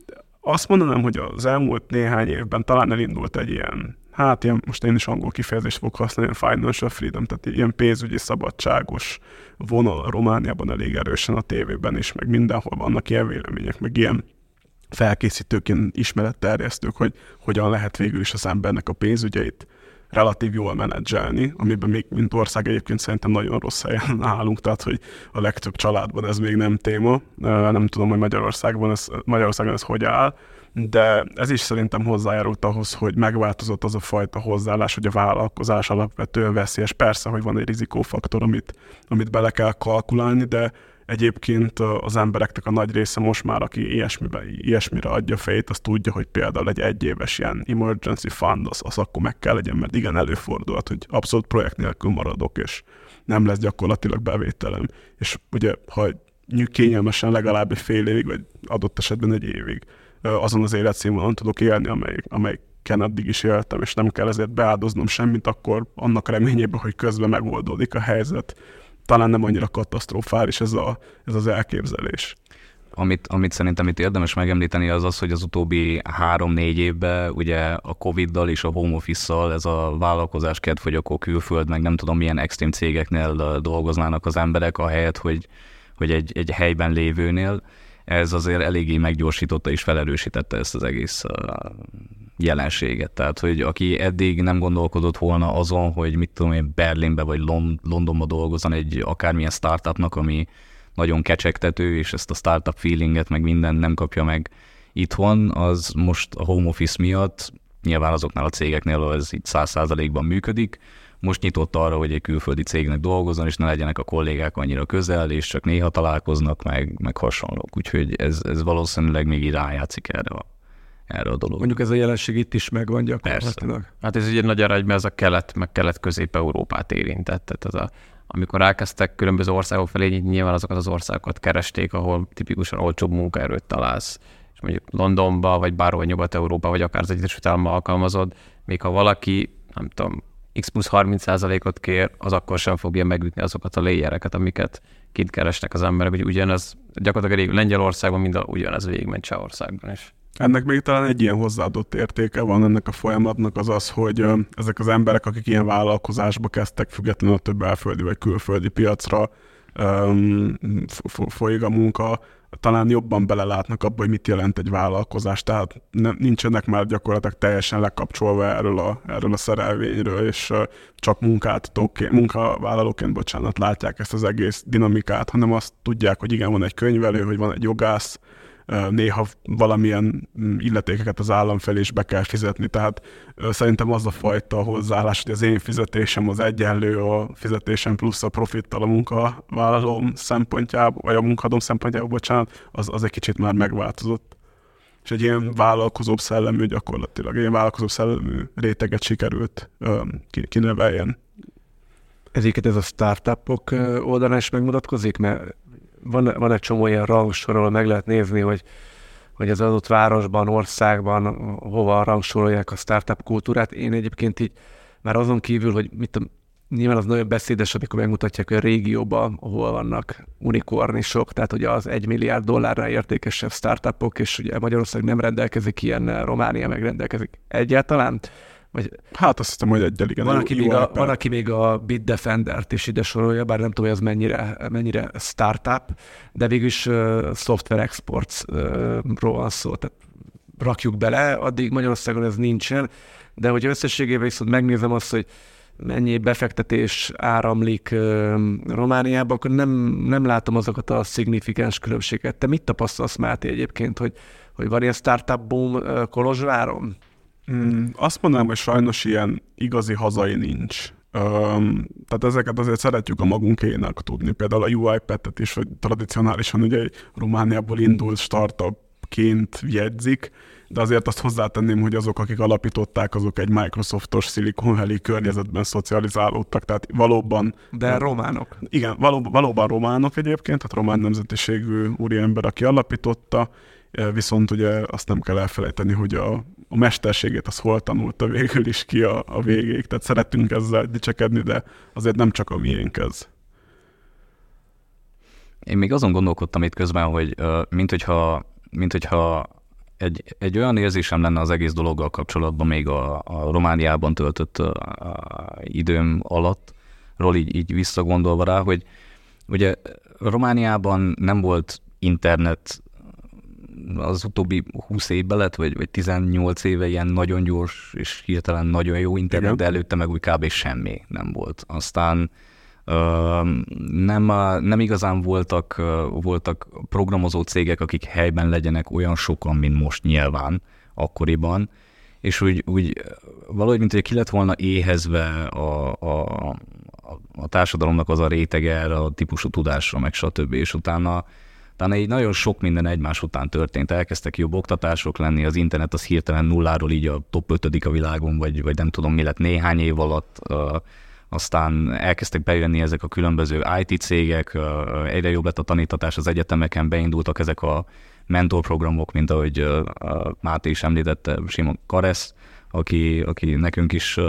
azt mondanám, hogy az elmúlt néhány évben talán elindult egy ilyen, hát ilyen, most én is angol kifejezést fogok használni, ilyen financial freedom, tehát ilyen pénzügyi szabadságos vonal a Romániában elég erősen a tévében is, meg mindenhol vannak ilyen vélemények, meg ilyen felkészítők, ilyen ismeretterjesztők, hogy hogyan lehet végül is az embernek a pénzügyeit relatív jól menedzselni, amiben még mint ország egyébként szerintem nagyon rossz helyen állunk, tehát hogy a legtöbb családban ez még nem téma. Nem tudom, hogy Magyarországon ez, Magyarországon ez hogy áll, de ez is szerintem hozzájárult ahhoz, hogy megváltozott az a fajta hozzáállás, hogy a vállalkozás alapvetően veszélyes. Persze, hogy van egy rizikófaktor, amit, amit bele kell kalkulálni, de egyébként az embereknek a nagy része most már, aki ilyesmibe, ilyesmire adja fejét, az tudja, hogy például egy egyéves ilyen emergency fund, az, az akkor meg kell legyen, mert igen, előfordulhat, hogy abszolút projekt nélkül maradok, és nem lesz gyakorlatilag bevételem. És ugye, ha kényelmesen legalább egy fél évig, vagy adott esetben egy évig azon az életszínvonalon tudok élni, amely, amely akikkel addig is éltem, és nem kell ezért beáldoznom semmit, akkor annak reményében, hogy közben megoldódik a helyzet. Talán nem annyira katasztrofális ez, a, ez az elképzelés. Amit, amit szerintem itt érdemes megemlíteni, az az, hogy az utóbbi három-négy évben ugye a Coviddal és a home office-szal ez a vállalkozás kedv, hogy akkor külföld, meg nem tudom milyen extrém cégeknél dolgoznának az emberek, ahelyett, hogy, hogy egy, egy helyben lévőnél. Ez azért eléggé meggyorsította és felerősítette ezt az egész jelenséget. Tehát, hogy aki eddig nem gondolkodott volna azon, hogy mit tudom én, Berlinbe vagy Londonba dolgozzon egy akármilyen startupnak, ami nagyon kecsegtető, és ezt a startup feelinget, meg minden nem kapja meg itthon, az most a home office miatt, nyilván azoknál a cégeknél az így száz százalékban működik, most nyitott arra, hogy egy külföldi cégnek dolgozzon, és ne legyenek a kollégák annyira közel, és csak néha találkoznak, meg, meg hasonlók. Úgyhogy ez, ez valószínűleg még így rájátszik erre a, erre a dolog. Mondjuk ez a jelenség itt is megvan gyakorlatilag. Persze. Hát ez ugye nagy arányban ez a kelet, meg kelet-közép-európát érintett. Tehát ez a amikor elkezdtek különböző országok felé nyitni, nyilván azokat az országokat keresték, ahol tipikusan olcsóbb munkaerőt találsz. És mondjuk Londonba, vagy bárhol Nyugat-Európa, vagy akár az Egyesült Államokban alkalmazod, még ha valaki, nem tudom, x plusz harminc százalékot kér, az akkor sem fogja megütni azokat a layereket, amiket kint keresnek az emberek. Hogy ugyanaz, gyakorlatilag Lengyelországban mind ugyanez végigment Csehországban is. Ennek még talán egy ilyen hozzáadott értéke van ennek a folyamatnak, az az, hogy ezek az emberek, akik ilyen vállalkozásba kezdtek, függetlenül a több belföldi vagy külföldi piacra um, folyik a munka, talán jobban belelátnak abba, hogy mit jelent egy vállalkozás, tehát nem, nincsenek már gyakorlatilag teljesen lekapcsolva erről a, erről a szerelvényről, és uh, csak munkáltatóként, munkavállalóként, bocsánat, látják ezt az egész dinamikát, hanem azt tudják, hogy igen, van egy könyvelő, hogy van egy jogász, néha valamilyen illetékeket az állam felé is be kell fizetni, tehát szerintem az a fajta hozzáállás, hogy az én fizetésem az egyenlő a fizetésem plusz a profittal a munkavállalóm szempontjából, vagy a munkadóm szempontjából, bocsánat, az, az egy kicsit már megváltozott. És egy ilyen vállalkozóbb szellemű gyakorlatilag, egy ilyen vállalkozóbb szellemű réteget sikerült kineveljen. Ezeket ez a startupok oldalán is megmutatkozik, mert Van, van egy csomó ilyen rangsor, ahol meg lehet nézni, hogy, hogy az adott városban, országban hova rangsorolják a startup kultúrát. Én egyébként így már azon kívül, hogy mit tudom, nyilván az nagyon beszédes, amikor megmutatják, hogy a régióban, ahol vannak unikornisok, tehát ugye az egy milliárd dollárra értékesebb startupok, és ugye Magyarország nem rendelkezik ilyennel, Románia meg rendelkezik egyáltalán. Vagy, hát azt hiszem, hogy egyel igen. Van, aki még a, van, aki még a Bitdefendert is ide sorolja, bár nem tudom, hogy az mennyire, mennyire startup, de végülis uh, software exportsról van szó, tehát rakjuk bele, addig Magyarországon ez nincsen, de hogy összességében viszont megnézem azt, hogy mennyi befektetés áramlik uh, Romániába, akkor nem, nem látom azokat a szignifikáns különbséget. Te mit tapasztalsz, Máté, egyébként, hogy, hogy van ilyen startup boom uh, Kolozsváron? Mm, azt mondanám, hogy sajnos ilyen igazi hazai nincs. Um, tehát ezeket azért szeretjük a magunkénak tudni. Például a UiPath-et is, hogy tradicionálisan ugye egy Romániából indult startupként jegyzik, de azért azt hozzátenném, hogy azok, akik alapították, azok egy Microsoftos Silicon Valley környezetben szocializálódtak, tehát valóban... De románok. Igen, való, valóban románok egyébként, tehát román nemzetiségű úriember, aki alapította, viszont ugye azt nem kell elfelejteni, hogy a, a mesterségét az hol tanulta végül is ki a, a végéig, tehát szeretünk ezzel dicsekedni, de azért nem csak a miénk ez. Én még azon gondolkodtam itt közben, hogy uh, mint hogyha, mint hogyha egy, egy olyan érzésem lenne az egész dologgal kapcsolatban még a, a Romániában töltött uh, időm alattról így, így visszagondolva rá, hogy ugye Romániában nem volt internet az utóbbi húsz évben lett, vagy, vagy tizennyolc éve ilyen nagyon gyors és hirtelen nagyon jó internet, igen. De előtte meg úgy kb. Semmi nem volt. Aztán uh, nem, nem igazán voltak, uh, voltak programozó cégek, akik helyben legyenek olyan sokan, mint most nyilván, akkoriban, és úgy, úgy valahogy, mint hogy ki lett volna éhezve a, a, a társadalomnak az a rétege erre a típusú tudásra, meg stb. És utána Utána így nagyon sok minden egymás után történt. Elkezdtek jobb oktatások lenni, az internet az hirtelen nulláról így a top ötödik a világon, vagy, vagy nem tudom mi lett néhány év alatt. Uh, aztán elkezdtek bejönni ezek a különböző i té cégek, uh, egyre jobb lett a tanítatás az egyetemeken, beindultak ezek a mentorprogramok, mint ahogy uh, uh, Máté is említette, Simon Karesz, aki, aki nekünk is uh,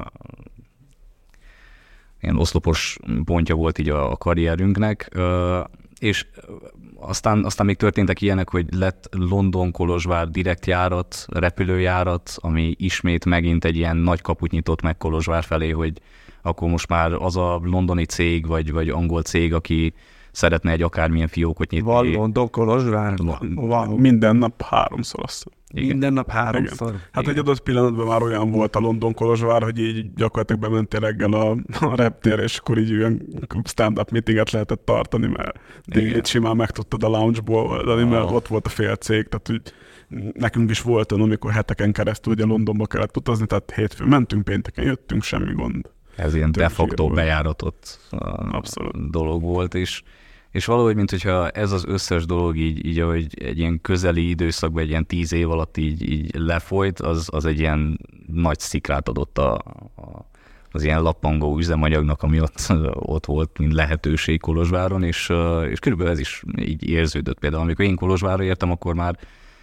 ilyen oszlopos pontja volt így a, a karrierünknek, uh, és aztán, aztán még történtek ilyenek, hogy lett London-Kolozsvár direkt járat, repülőjárat, ami ismét megint egy ilyen nagy kaput nyitott meg Kolozsvár felé, hogy akkor most már az a londoni cég, vagy, vagy angol cég, aki szeretne egy akármilyen fiókot nyitni. Van London, Kolozsvár? Van. Minden nap háromszor azt. Igen. Minden nap háromszor. Igen. Hát egy adott pillanatban már olyan volt a London Kolozsvár, hogy így gyakorlatilag bementél reggel a, a reptér, és akkor így olyan stand-up meetinget lehetett tartani, mert így simán meg tudtad a lounge-ból oldani, mert oh. ott volt a fél cég, tehát úgy nekünk is volt olyan, amikor heteken keresztül ugye Londonba kellett utazni, tehát hétfőn mentünk, pénteken jöttünk, semmi gond. Ez ilyen de facto bejáratott Abszolút. dolog volt, és És valahogy, mint hogyha ez az összes dolog így, így ahogy egy ilyen közeli időszakban, egy ilyen tíz év alatt így, így lefolyt, az, az egy ilyen nagy szikrát adott a, a, az ilyen lappangó üzemanyagnak, ami ott, ott volt, mint lehetőség Kolozsváron, és, és körülbelül ez is így érződött. Például amikor én Kolozsvárra értem, akkor már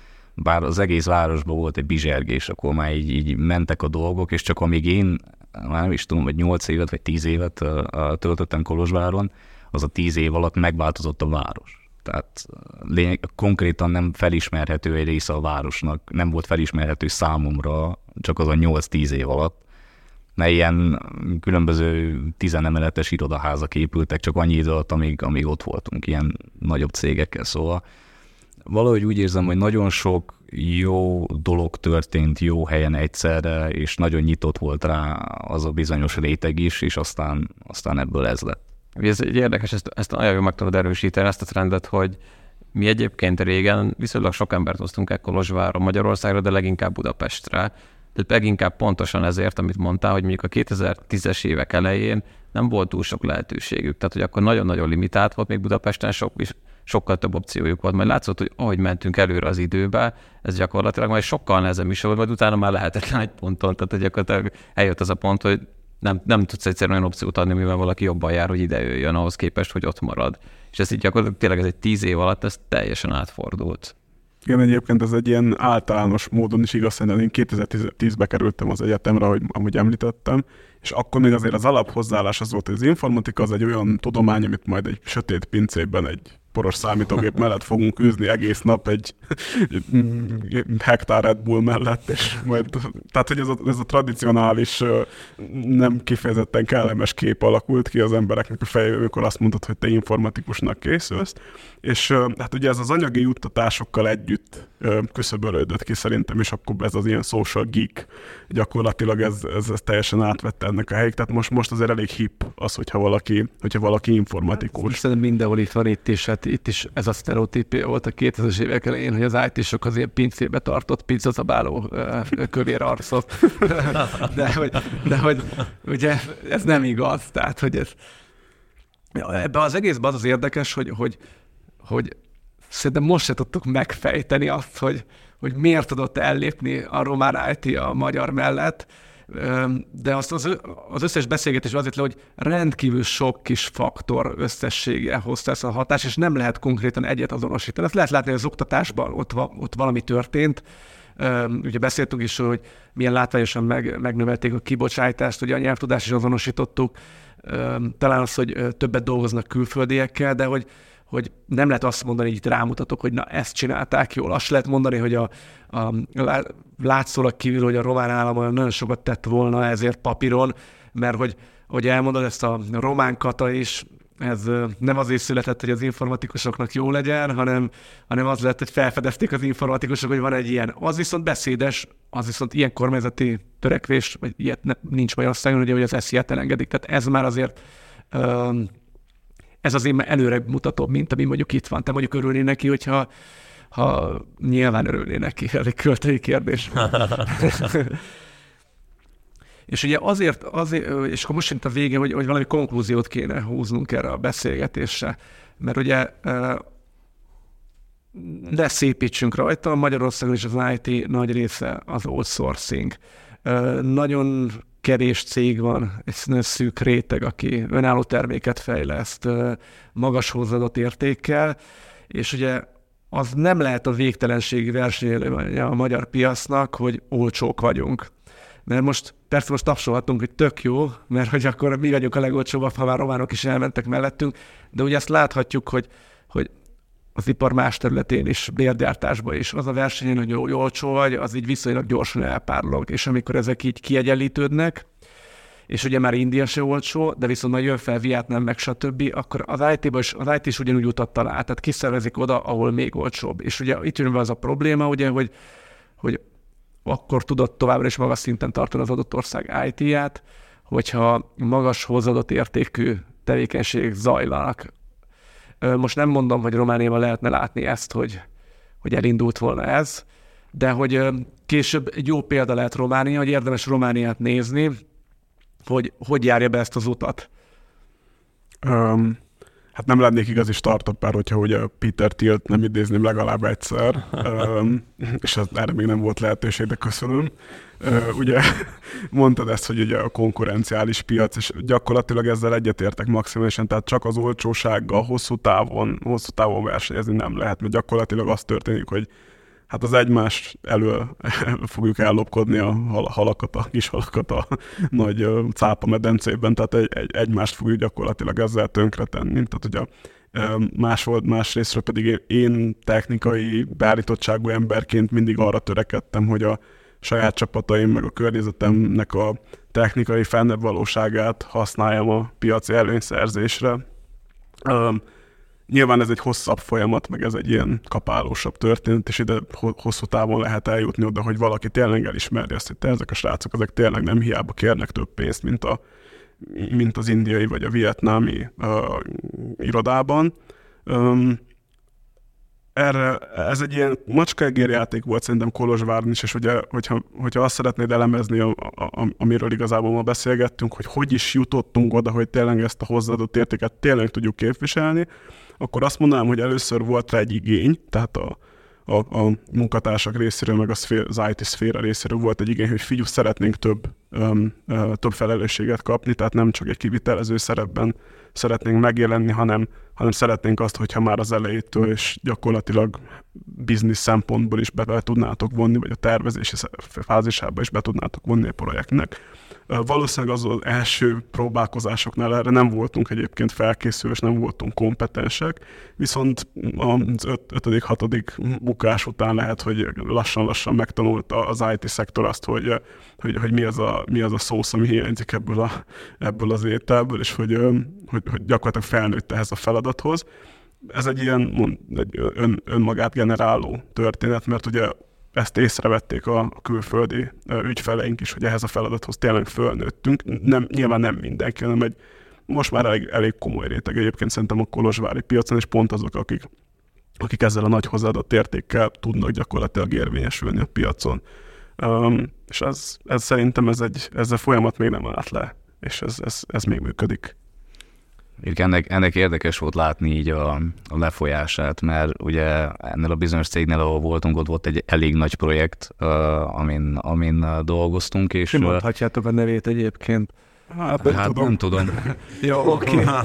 bár az egész városban volt egy bizsergés, akkor már így, így mentek a dolgok, és csak amíg én, már nem is tudom, vagy nyolc évet, vagy tíz évet töltöttem Kolozsváron, az a tíz év alatt megváltozott a város. Tehát lényeg, konkrétan nem felismerhető egy része a városnak, nem volt felismerhető számomra csak az a nyolc-tíz év alatt, mert ilyen különböző tizenemeletes irodaházak épültek csak annyi idő alatt, amíg, amíg ott voltunk, ilyen nagyobb cégekkel. Szóval valahogy úgy érzem, hogy nagyon sok jó dolog történt jó helyen egyszerre, és nagyon nyitott volt rá az a bizonyos réteg is, és aztán, aztán ebből ez lett. Ez egy érdekes, ezt, ezt nagyon jól meg tudod erősíteni, ezt a trendet, hogy mi egyébként régen viszonylag sok embert hoztunk el Kolozsvárra, Magyarországra, de leginkább Budapestre. Tehát leginkább pontosan ezért, amit mondtál, hogy mondjuk a kétezer-tízes évek elején nem volt túl sok lehetőségük. Tehát, hogy akkor nagyon-nagyon limitált volt, még Budapesten sok, sokkal több opciójuk volt. Majd látszott, hogy ahogy mentünk előre az időbe, ez gyakorlatilag majd sokkal nehezebb is volt, majd utána már lehetetlen egy ponton. Tehát gyakorlatilag eljött az a pont, hogy Nem, nem tudsz egyszerűen olyan opciót adni, mivel valaki jobban jár, hogy ide jöjjön ahhoz képest, hogy ott marad. És ez így gyakorlatilag tényleg ez egy tíz év alatt ez teljesen átfordult. Igen, egyébként ez egy ilyen általános módon is igaz, hogy én kétezer-tízbe kerültem az egyetemre, ahogy amúgy említettem, és akkor még azért az alaphozzáállás az volt, hogy az informatika az egy olyan tudomány, amit majd egy sötét pincében egy poros számítógép mellett fogunk űzni egész nap egy, egy hektár Red Bull mellett, és majd, tehát hogy ez a, ez a tradicionális, nem kifejezetten kellemes kép alakult ki az embereknek a fejében, amikor azt mondod, hogy te informatikusnak készülsz, és hát ugye ez az anyagi juttatásokkal együtt küszöbölődött ki szerintem, és akkor ez az ilyen social geek, gyakorlatilag ez, ez, ez teljesen átvette ennek a helyét, tehát most, most azért elég hip az, hogyha valaki, hogyha valaki informatikus. Szerintem mindenhol itt van itt is, hát itt is ez a sztereotípia volt a kétezres évek elején, hogy az í té-sok az ilyen pincébe tartott pizzazabáló kövér arcok. De hogy, de hogy ugye ez nem igaz, tehát hogy ez ebben az egészben az az érdekes, hogy, hogy, hogy szerintem most se tudtuk megfejteni azt, hogy, hogy miért tudott ellépni a román í té a magyar mellett, de azt az, az összes beszélgetés azért le, hogy rendkívül sok kis faktor összessége hozta ezt a hatást, és nem lehet konkrétan egyet azonosítani. Ezt lehet látni, hogy az oktatásban ott, ott valami történt. Ugye beszéltünk is, hogy milyen látványosan meg, megnövelték a kibocsátást, ugye a nyelvtudást is azonosítottuk, talán az, hogy többet dolgoznak külföldiekkel, de hogy hogy nem lehet azt mondani, hogy itt rámutatok, hogy na ezt csinálták jól. Azt lehet mondani, hogy a, a látszólag kívül, hogy a román állam olyan nagyon sokat tett volna ezért papíron, mert hogy, hogy elmondod ezt a román kata is, ez nem azért született, hogy az informatikusoknak jó legyen, hanem, hanem az lett, hogy felfedezték az informatikusok, hogy van egy ilyen. Az viszont beszédes, az viszont ilyen kormányzati törekvés, vagy ilyet ne, nincs Magyarországon, ugye, hogy az esziát elengedik. Tehát ez már azért... Um, Ez azért már előre mutatóbb, mint ami mondjuk itt van. Te mondjuk örülnél neki, hogyha ha nyilván örülnél neki, ez egy költői kérdés. És ugye azért, azért, és akkor most jön a vége, hogy, hogy valami konklúziót kéne húznunk erre a beszélgetésre. Mert ugye ne szépítsünk rajta, Magyarországon is az í té nagy része az outsourcing. Nagyon kevés cég van, egy szűk réteg, aki önálló terméket fejleszt, magas hozzáadott értékkel, és ugye az nem lehet a végtelenségi versenyelőnye a magyar piacnak, hogy olcsók vagyunk. Mert most persze most tapsolhatunk, hogy tök jó, mert hogy akkor mi vagyunk a legolcsóbbak, ha már románok is elmentek mellettünk, de ugye azt láthatjuk, hogy, hogy az ipar más területén is, bérgyártásban is, az a versenyen, hogy jó, olcsó vagy, az így viszonylag gyorsan elpárolog. És amikor ezek így kiegyenlítődnek, és ugye már India se olcsó, de viszont majd jön fel Vietnám, meg stb., akkor az í té-ba is, az í té is ugyanúgy utat talál, tehát kiszervezik oda, ahol még olcsóbb. És ugye itt jön be az a probléma, ugye, hogy, hogy akkor tudod továbbra is magas szinten tartani az adott ország í té-ját, hogyha magas hozzáadott értékű tevékenységek zajlanak. Most nem mondom, hogy Romániában lehetne látni ezt, hogy, hogy elindult volna ez, de hogy később egy jó példa lehet Románia, hogy érdemes Romániát nézni, hogy hogy járja be ezt az utat. Um, hát nem lennék igazi startup-pár, hogyha ugye Peter Thielt nem idézném legalább egyszer, um, és az, erre még nem volt lehetőség, de köszönöm. Uh, ugye mondtad ezt, hogy ugye a konkurenciális piac, és gyakorlatilag ezzel egyetértek maximálisan, tehát csak az olcsósággal hosszú távon, hosszú távon versenyezni nem lehet, mert gyakorlatilag az történik, hogy hát az egymás elől fogjuk ellopkodni a halakat, a kis halakat a nagy cápa medencében, tehát egy, egy, egymást fogjuk gyakorlatilag ezzel tönkretenni. Tehát ugye más volt, más részről pedig én technikai beállítottságú emberként mindig arra törekedtem, hogy a saját csapataim meg a környezetemnek a technikai fennebb valóságát használjam a piaci előnyszerzésre. Nyilván ez egy hosszabb folyamat, meg ez egy ilyen kapálósabb történet, és ide hosszú távon lehet eljutni oda, hogy valaki tényleg elismeri azt, hogy te, ezek a srácok, ezek tényleg nem hiába kérnek több pénzt, mint, a, mint az indiai vagy a vietnámi uh, irodában. Um, erre, ez egy ilyen macskaegérjáték volt szerintem Kolozsváron is, és ugye, hogyha, hogyha azt szeretnéd elemezni, a, a, amiről igazából ma beszélgettünk, hogy hogy is jutottunk oda, hogy tényleg ezt a hozzáadott értéket tényleg tudjuk képviselni, akkor azt mondanám, hogy először volt rá egy igény, tehát a, a, a munkatársak részéről, meg a szfér, az í té szféra részéről volt egy igény, hogy figyelj, szeretnénk több, um, uh, több felelősséget kapni, tehát nem csak egy kivitelező szerepben szeretnénk megjelenni, hanem, hanem szeretnénk azt, hogyha már az elejétől és gyakorlatilag biznisz szempontból is be, be tudnátok vonni, vagy a tervezési fázisába is be tudnátok vonni a projektnek. Valószínűleg az az első próbálkozásoknál erre nem voltunk egyébként felkészülve, és nem voltunk kompetensek, viszont az öt, ötödik, hatodik bukás után lehet, hogy lassan-lassan megtanulta az í té szektor azt, hogy, hogy, hogy mi, az a, mi az a szósz, ami hiányzik ebből, a, ebből az ételből, és hogy, hogy, hogy gyakorlatilag felnőtt ehhez a feladathoz. Ez egy ilyen egy ön, önmagát generáló történet, mert ugye ezt észrevették a külföldi ügyfeleink is, hogy ehhez a feladathoz tényleg fölnőttünk. Nem, nyilván nem mindenki, hanem egy most már elég, elég komoly réteg egyébként szerintem a kolozsvári piacon, és pont azok, akik, akik ezzel a nagy hozzáadott értékkel tudnak gyakorlatilag érvényesülni a piacon. Um, és ez, ez szerintem ez egy, ez a folyamat még nem állt le, és ez, ez, ez még működik. Ennek, ennek érdekes volt látni így a, a lefolyását, mert ugye ennél a bizonyos cégnél, ahol voltunk, ott volt egy elég nagy projekt, uh, amin, amin uh, dolgoztunk. És mondhatjátok a nevét egyébként. Hát, hát tudom. nem tudom. Jó, oké. Okay.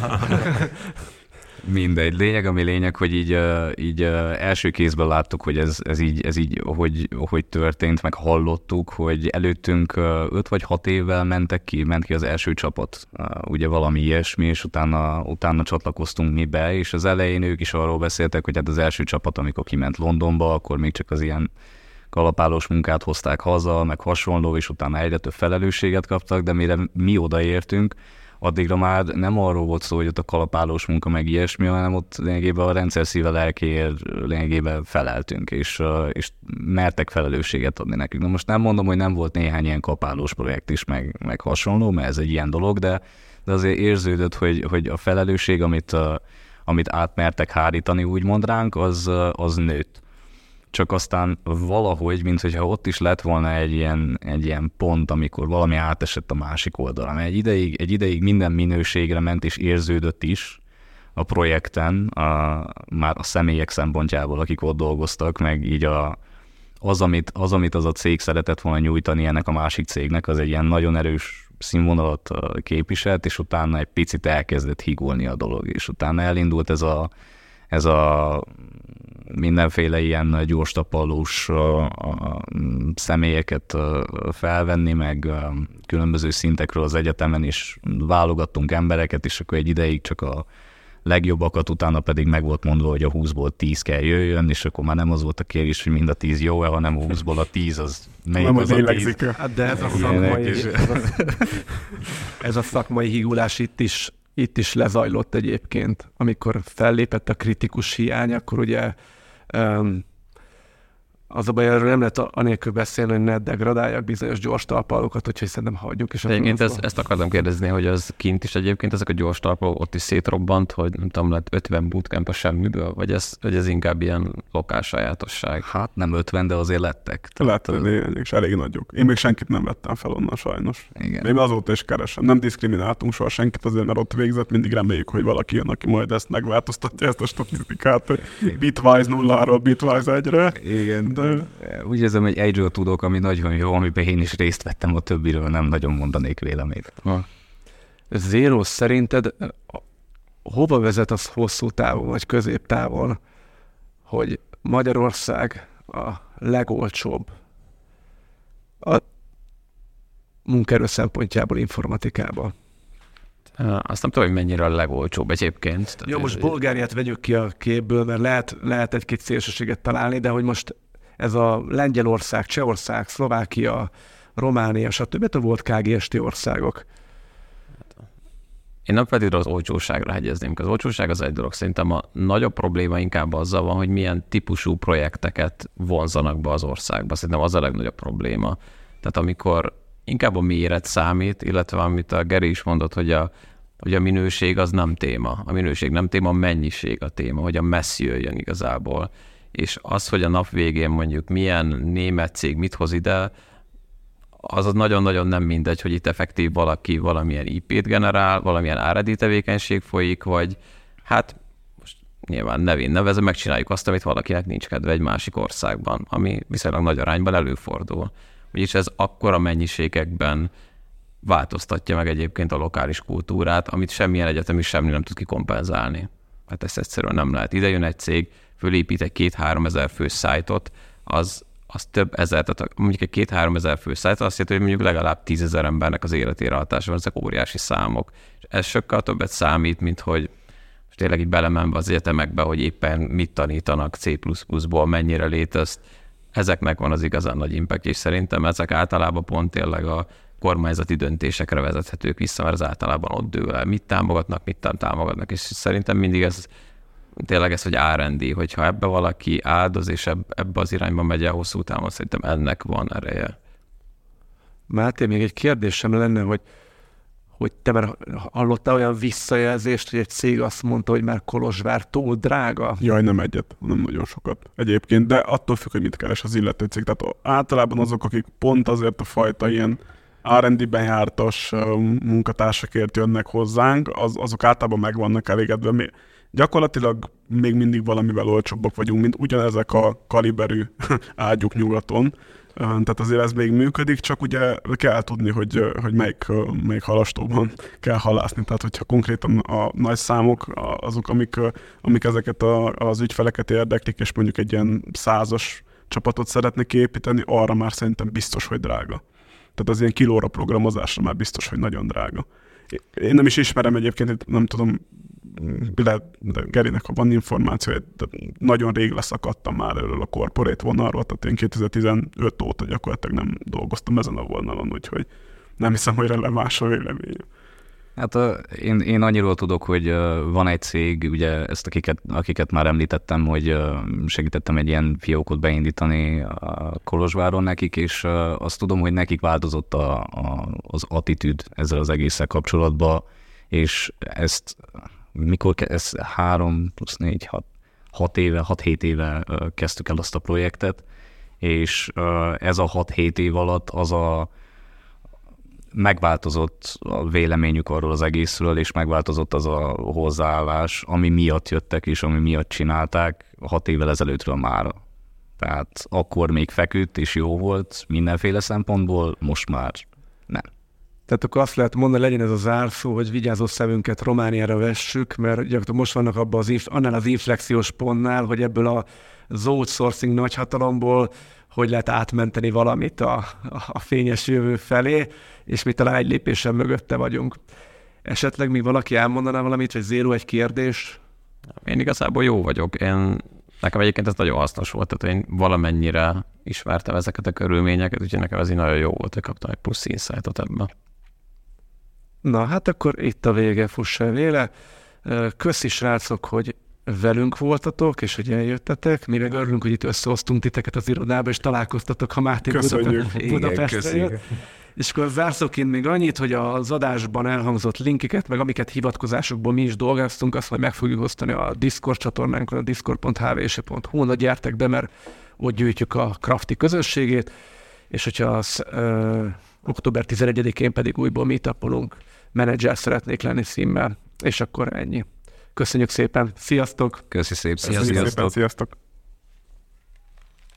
Mindegy. Lényeg, ami lényeg, hogy így, így első kézből láttuk, hogy ez, ez így, ez így hogy, hogy történt, meg hallottuk, hogy előttünk öt vagy hat évvel mentek ki, ment ki az első csapat, ugye valami ilyesmi, és utána, utána csatlakoztunk mi be, és az elején ők is arról beszéltek, hogy hát az első csapat, amikor kiment Londonba, akkor még csak az ilyen kalapálós munkát hozták haza, meg hasonló, és utána egyre több felelősséget kaptak, de mire mi odaértünk, addigra már nem arról volt szó, hogy ott a kalapálós munka meg ilyesmi, hanem ott lényegében a rendszer szíve lelkéért lényegében feleltünk, és, és mertek felelősséget adni nekünk. Na most nem mondom, hogy nem volt néhány ilyen kapálós projekt is, meg, meg hasonló, mert ez egy ilyen dolog, de, de azért érződött, hogy, hogy a felelősség, amit, amit átmertek hárítani úgymond ránk, az, az nőtt. Csak aztán valahogy, mintha ott is lett volna egy ilyen, egy ilyen pont, amikor valami átesett a másik oldalra. Mert egy ideig, egy ideig minden minőségre ment és érződött is a projekten, a, már a személyek szempontjából, akik ott dolgoztak, meg így a, az, amit, az, amit az a cég szeretett volna nyújtani ennek a másik cégnek, az egy ilyen nagyon erős színvonalat képviselt, és utána egy picit elkezdett higulni a dolog, és utána elindult ez a ez a mindenféle ilyen gyorstapallós személyeket felvenni, meg különböző szintekről az egyetemen is válogattunk embereket, és akkor egy ideig csak a legjobbakat, utána pedig meg volt mondva, hogy a húszból tíz kell jöjjön, és akkor már nem az volt a kérdés, hogy mind a tíz jó-e, hanem a húszból a tíz az melyik az a tíz. Hát de ez a szakmai, ez a, ez a szakmai higulás itt is, itt is lezajlott egyébként. Amikor fellépett a kritikus hiány, akkor ugye um, az a baj, erről nem lehet anélkül beszélni, hogy ne degradáljak bizonyos gyors talpalókat, úgyhogy szerintem hagyjuk. És egyébként ezt, ezt akartam kérdezni, hogy az kint is egyébként ezek a gyors talpalók ott is szétrobbant, hogy nem tudom, lett ötven bootcamp a semmiből, vagy ez, vagy ez inkább ilyen lokál sajátosság? Hát nem ötven, de azért lettek. Lett, és elég nagyok. Én még senkit nem vettem fel onnan sajnos. Igen. Én azóta is keresem. Nem diszkrimináltunk soha senkit azért, mert ott végzett, mindig reméljük, hogy valaki jön, aki majd ezt megváltoztatja, ezt a statisztikát, hogy bitwise nulláról bitwise egyre. Igen. De... Úgy érzem, hogy egyről tudok, ami nagyon jó, amiben én is részt vettem, a többiről nem nagyon mondanék véleményt. Zero, szerinted hova vezet az hosszú távon, vagy középtávon, hogy Magyarország a legolcsóbb a munkaerő szempontjából informatikában? Azt nem tudom, hogy mennyire a legolcsóbb egyébként. Jó, ja, most Bulgáriát vegyük ki a képből, mert lehet, lehet egy-két szélsőséget találni, de hogy most ez a Lengyelország, Csehország, Szlovákia, Románia, stb. Volt ká gé es té országok. Én nem feltétlenül az olcsóságra hegyezném. Az olcsóság az egy dolog. Szerintem a nagyobb probléma inkább azzal van, hogy milyen típusú projekteket vonzanak be az országba. Szerintem az a legnagyobb probléma. Tehát amikor inkább a méret számít, illetve amit a Geri is mondott, hogy a, hogy a minőség az nem téma. A minőség nem téma, a mennyiség a téma, hogy a messzi jöjjön igazából. És az, hogy a nap végén mondjuk milyen német cég mit hoz ide, az az nagyon-nagyon nem mindegy, hogy itt effektív valaki valamilyen í pét generál, valamilyen er and dé tevékenység folyik, vagy hát most nyilván nevén nevezve megcsináljuk azt, amit valakinek nincs kedve egy másik országban, ami viszonylag nagy arányban előfordul. Vagyis ez akkora mennyiségekben változtatja meg egyébként a lokális kultúrát, amit semmilyen egyetemi semmi nem tud kikompenzálni. Hát ezt egyszerűen nem lehet. Ide jön egy cég, fölépít egy két-három ezer fős szájtot, az, az több ezer, tehát mondjuk egy két-három ezer fős szájtot, azt jelenti, hogy mondjuk legalább tízezer embernek az életére hatása van, ezek óriási számok. És ez sokkal többet számít, mint hogy most tényleg így belemenve az egyetemekbe, hogy éppen mit tanítanak cé plusz pluszból, mennyire létezt. Ezeknek van az igazán nagy impact, és szerintem ezek általában pont tényleg a kormányzati döntésekre vezethetők vissza, mert az általában ott dől el. Mit támogatnak, mit nem támogatnak, és szerintem mindig ez tényleg ez, hogy er and dé, hogyha ebbe valaki áldoz, és ebbe az irányba megy el hosszú távon, szerintem ennek van ereje. Máté, még egy kérdésem lenne, hogy, hogy te már hallottál olyan visszajelzést, hogy egy cég azt mondta, hogy már Kolozsvár túl drága? Jaj, nem egyet, nem nagyon sokat egyébként, de attól függ, hogy mit keres az illető cég. Tehát általában azok, akik pont azért a fajta ilyen er and dé-ben jártas munkatársakért jönnek hozzánk, az, azok általában meg vannak elégedve. Mi gyakorlatilag még mindig valamivel olcsóbbak vagyunk, mint ugyanezek a kaliberű ágyuk nyugaton. Tehát azért ez még működik, csak ugye kell tudni, hogy, hogy melyik, melyik halastóban kell halászni. Tehát hogyha konkrétan a nagy számok azok, amik, amik ezeket a, az ügyfeleket érdeklik, és mondjuk egy ilyen százas csapatot szeretnék építeni, arra már szerintem biztos, hogy drága. Tehát az ilyen kilóra programozásra már biztos, hogy nagyon drága. Én nem is ismerem egyébként, nem tudom, de Gerinek, ha van információ, nagyon rég leszakadtam már erről a corporate vonalról, tehát én kétezer-tizenöt óta gyakorlatilag nem dolgoztam ezen a vonalon, úgyhogy nem hiszem, hogy releváns a véleményem. Hát uh, én, én annyiról tudok, hogy uh, van egy cég, ugye ezt akiket, akiket már említettem, hogy uh, segítettem egy ilyen fiókot beindítani a Kolozsváron nekik, és uh, azt tudom, hogy nekik változott a, a, az attitűd ezzel az egésszel kapcsolatban, és ezt mikor ez három plusz négy, hat, hat éve, hat-hét éve uh, kezdtük el azt a projektet, és uh, ez a hat-hét év alatt az a megváltozott a véleményük arról az egészről, és megváltozott az a hozzáállás, ami miatt jöttek, és ami miatt csinálták hat évvel ezelőttről mára. Tehát akkor még feküdt, és jó volt mindenféle szempontból, most már nem. Tehát akkor azt lehet mondani, legyen ez a zárszó, hogy vigyázó szemünket Romániára vessük, mert gyakorlatilag most vannak abban az, annál az inflexiós pontnál, hogy ebből a az outsourcing nagyhatalomból hogy lehet átmenteni valamit a, a fényes jövő felé, és mi talán egy lépéssel mögötte vagyunk. Esetleg még valaki elmondaná valamit, vagy zéró egy kérdés? Én igazából jó vagyok. Én, nekem egyébként ez nagyon hasznos volt, tehát én valamennyire ismertem ezeket a körülményeket, úgyhogy nekem ez így nagyon jó volt, hogy kaptam egy plusz insightot ebben. Na, hát akkor itt a vége, fuss el véle. Köszi, srácok, hogy velünk voltatok, és hogy eljöttetek. Mi meg örülünk, hogy itt összehoztunk titeket az irodába, és találkoztatok, ha Máté Budapest, Budapestre jött. És akkor zárszóként még annyit, hogy az adásban elhangzott linkeket, meg amiket hivatkozásokból mi is dolgoztunk, azt majd meg fogjuk osztani a Discord csatornánkon, a discord pont h v s pont h u, na gyertek be, mert ott gyűjtjük a Crafty közösségét, és hogyha az ö, október tizenegyedikén pedig újból meetupolunk, menedzser szeretnék lenni címmel, és akkor ennyi. Köszönjük szépen, sziasztok! Köszi szépen, Köszönjük szépen, sziasztok!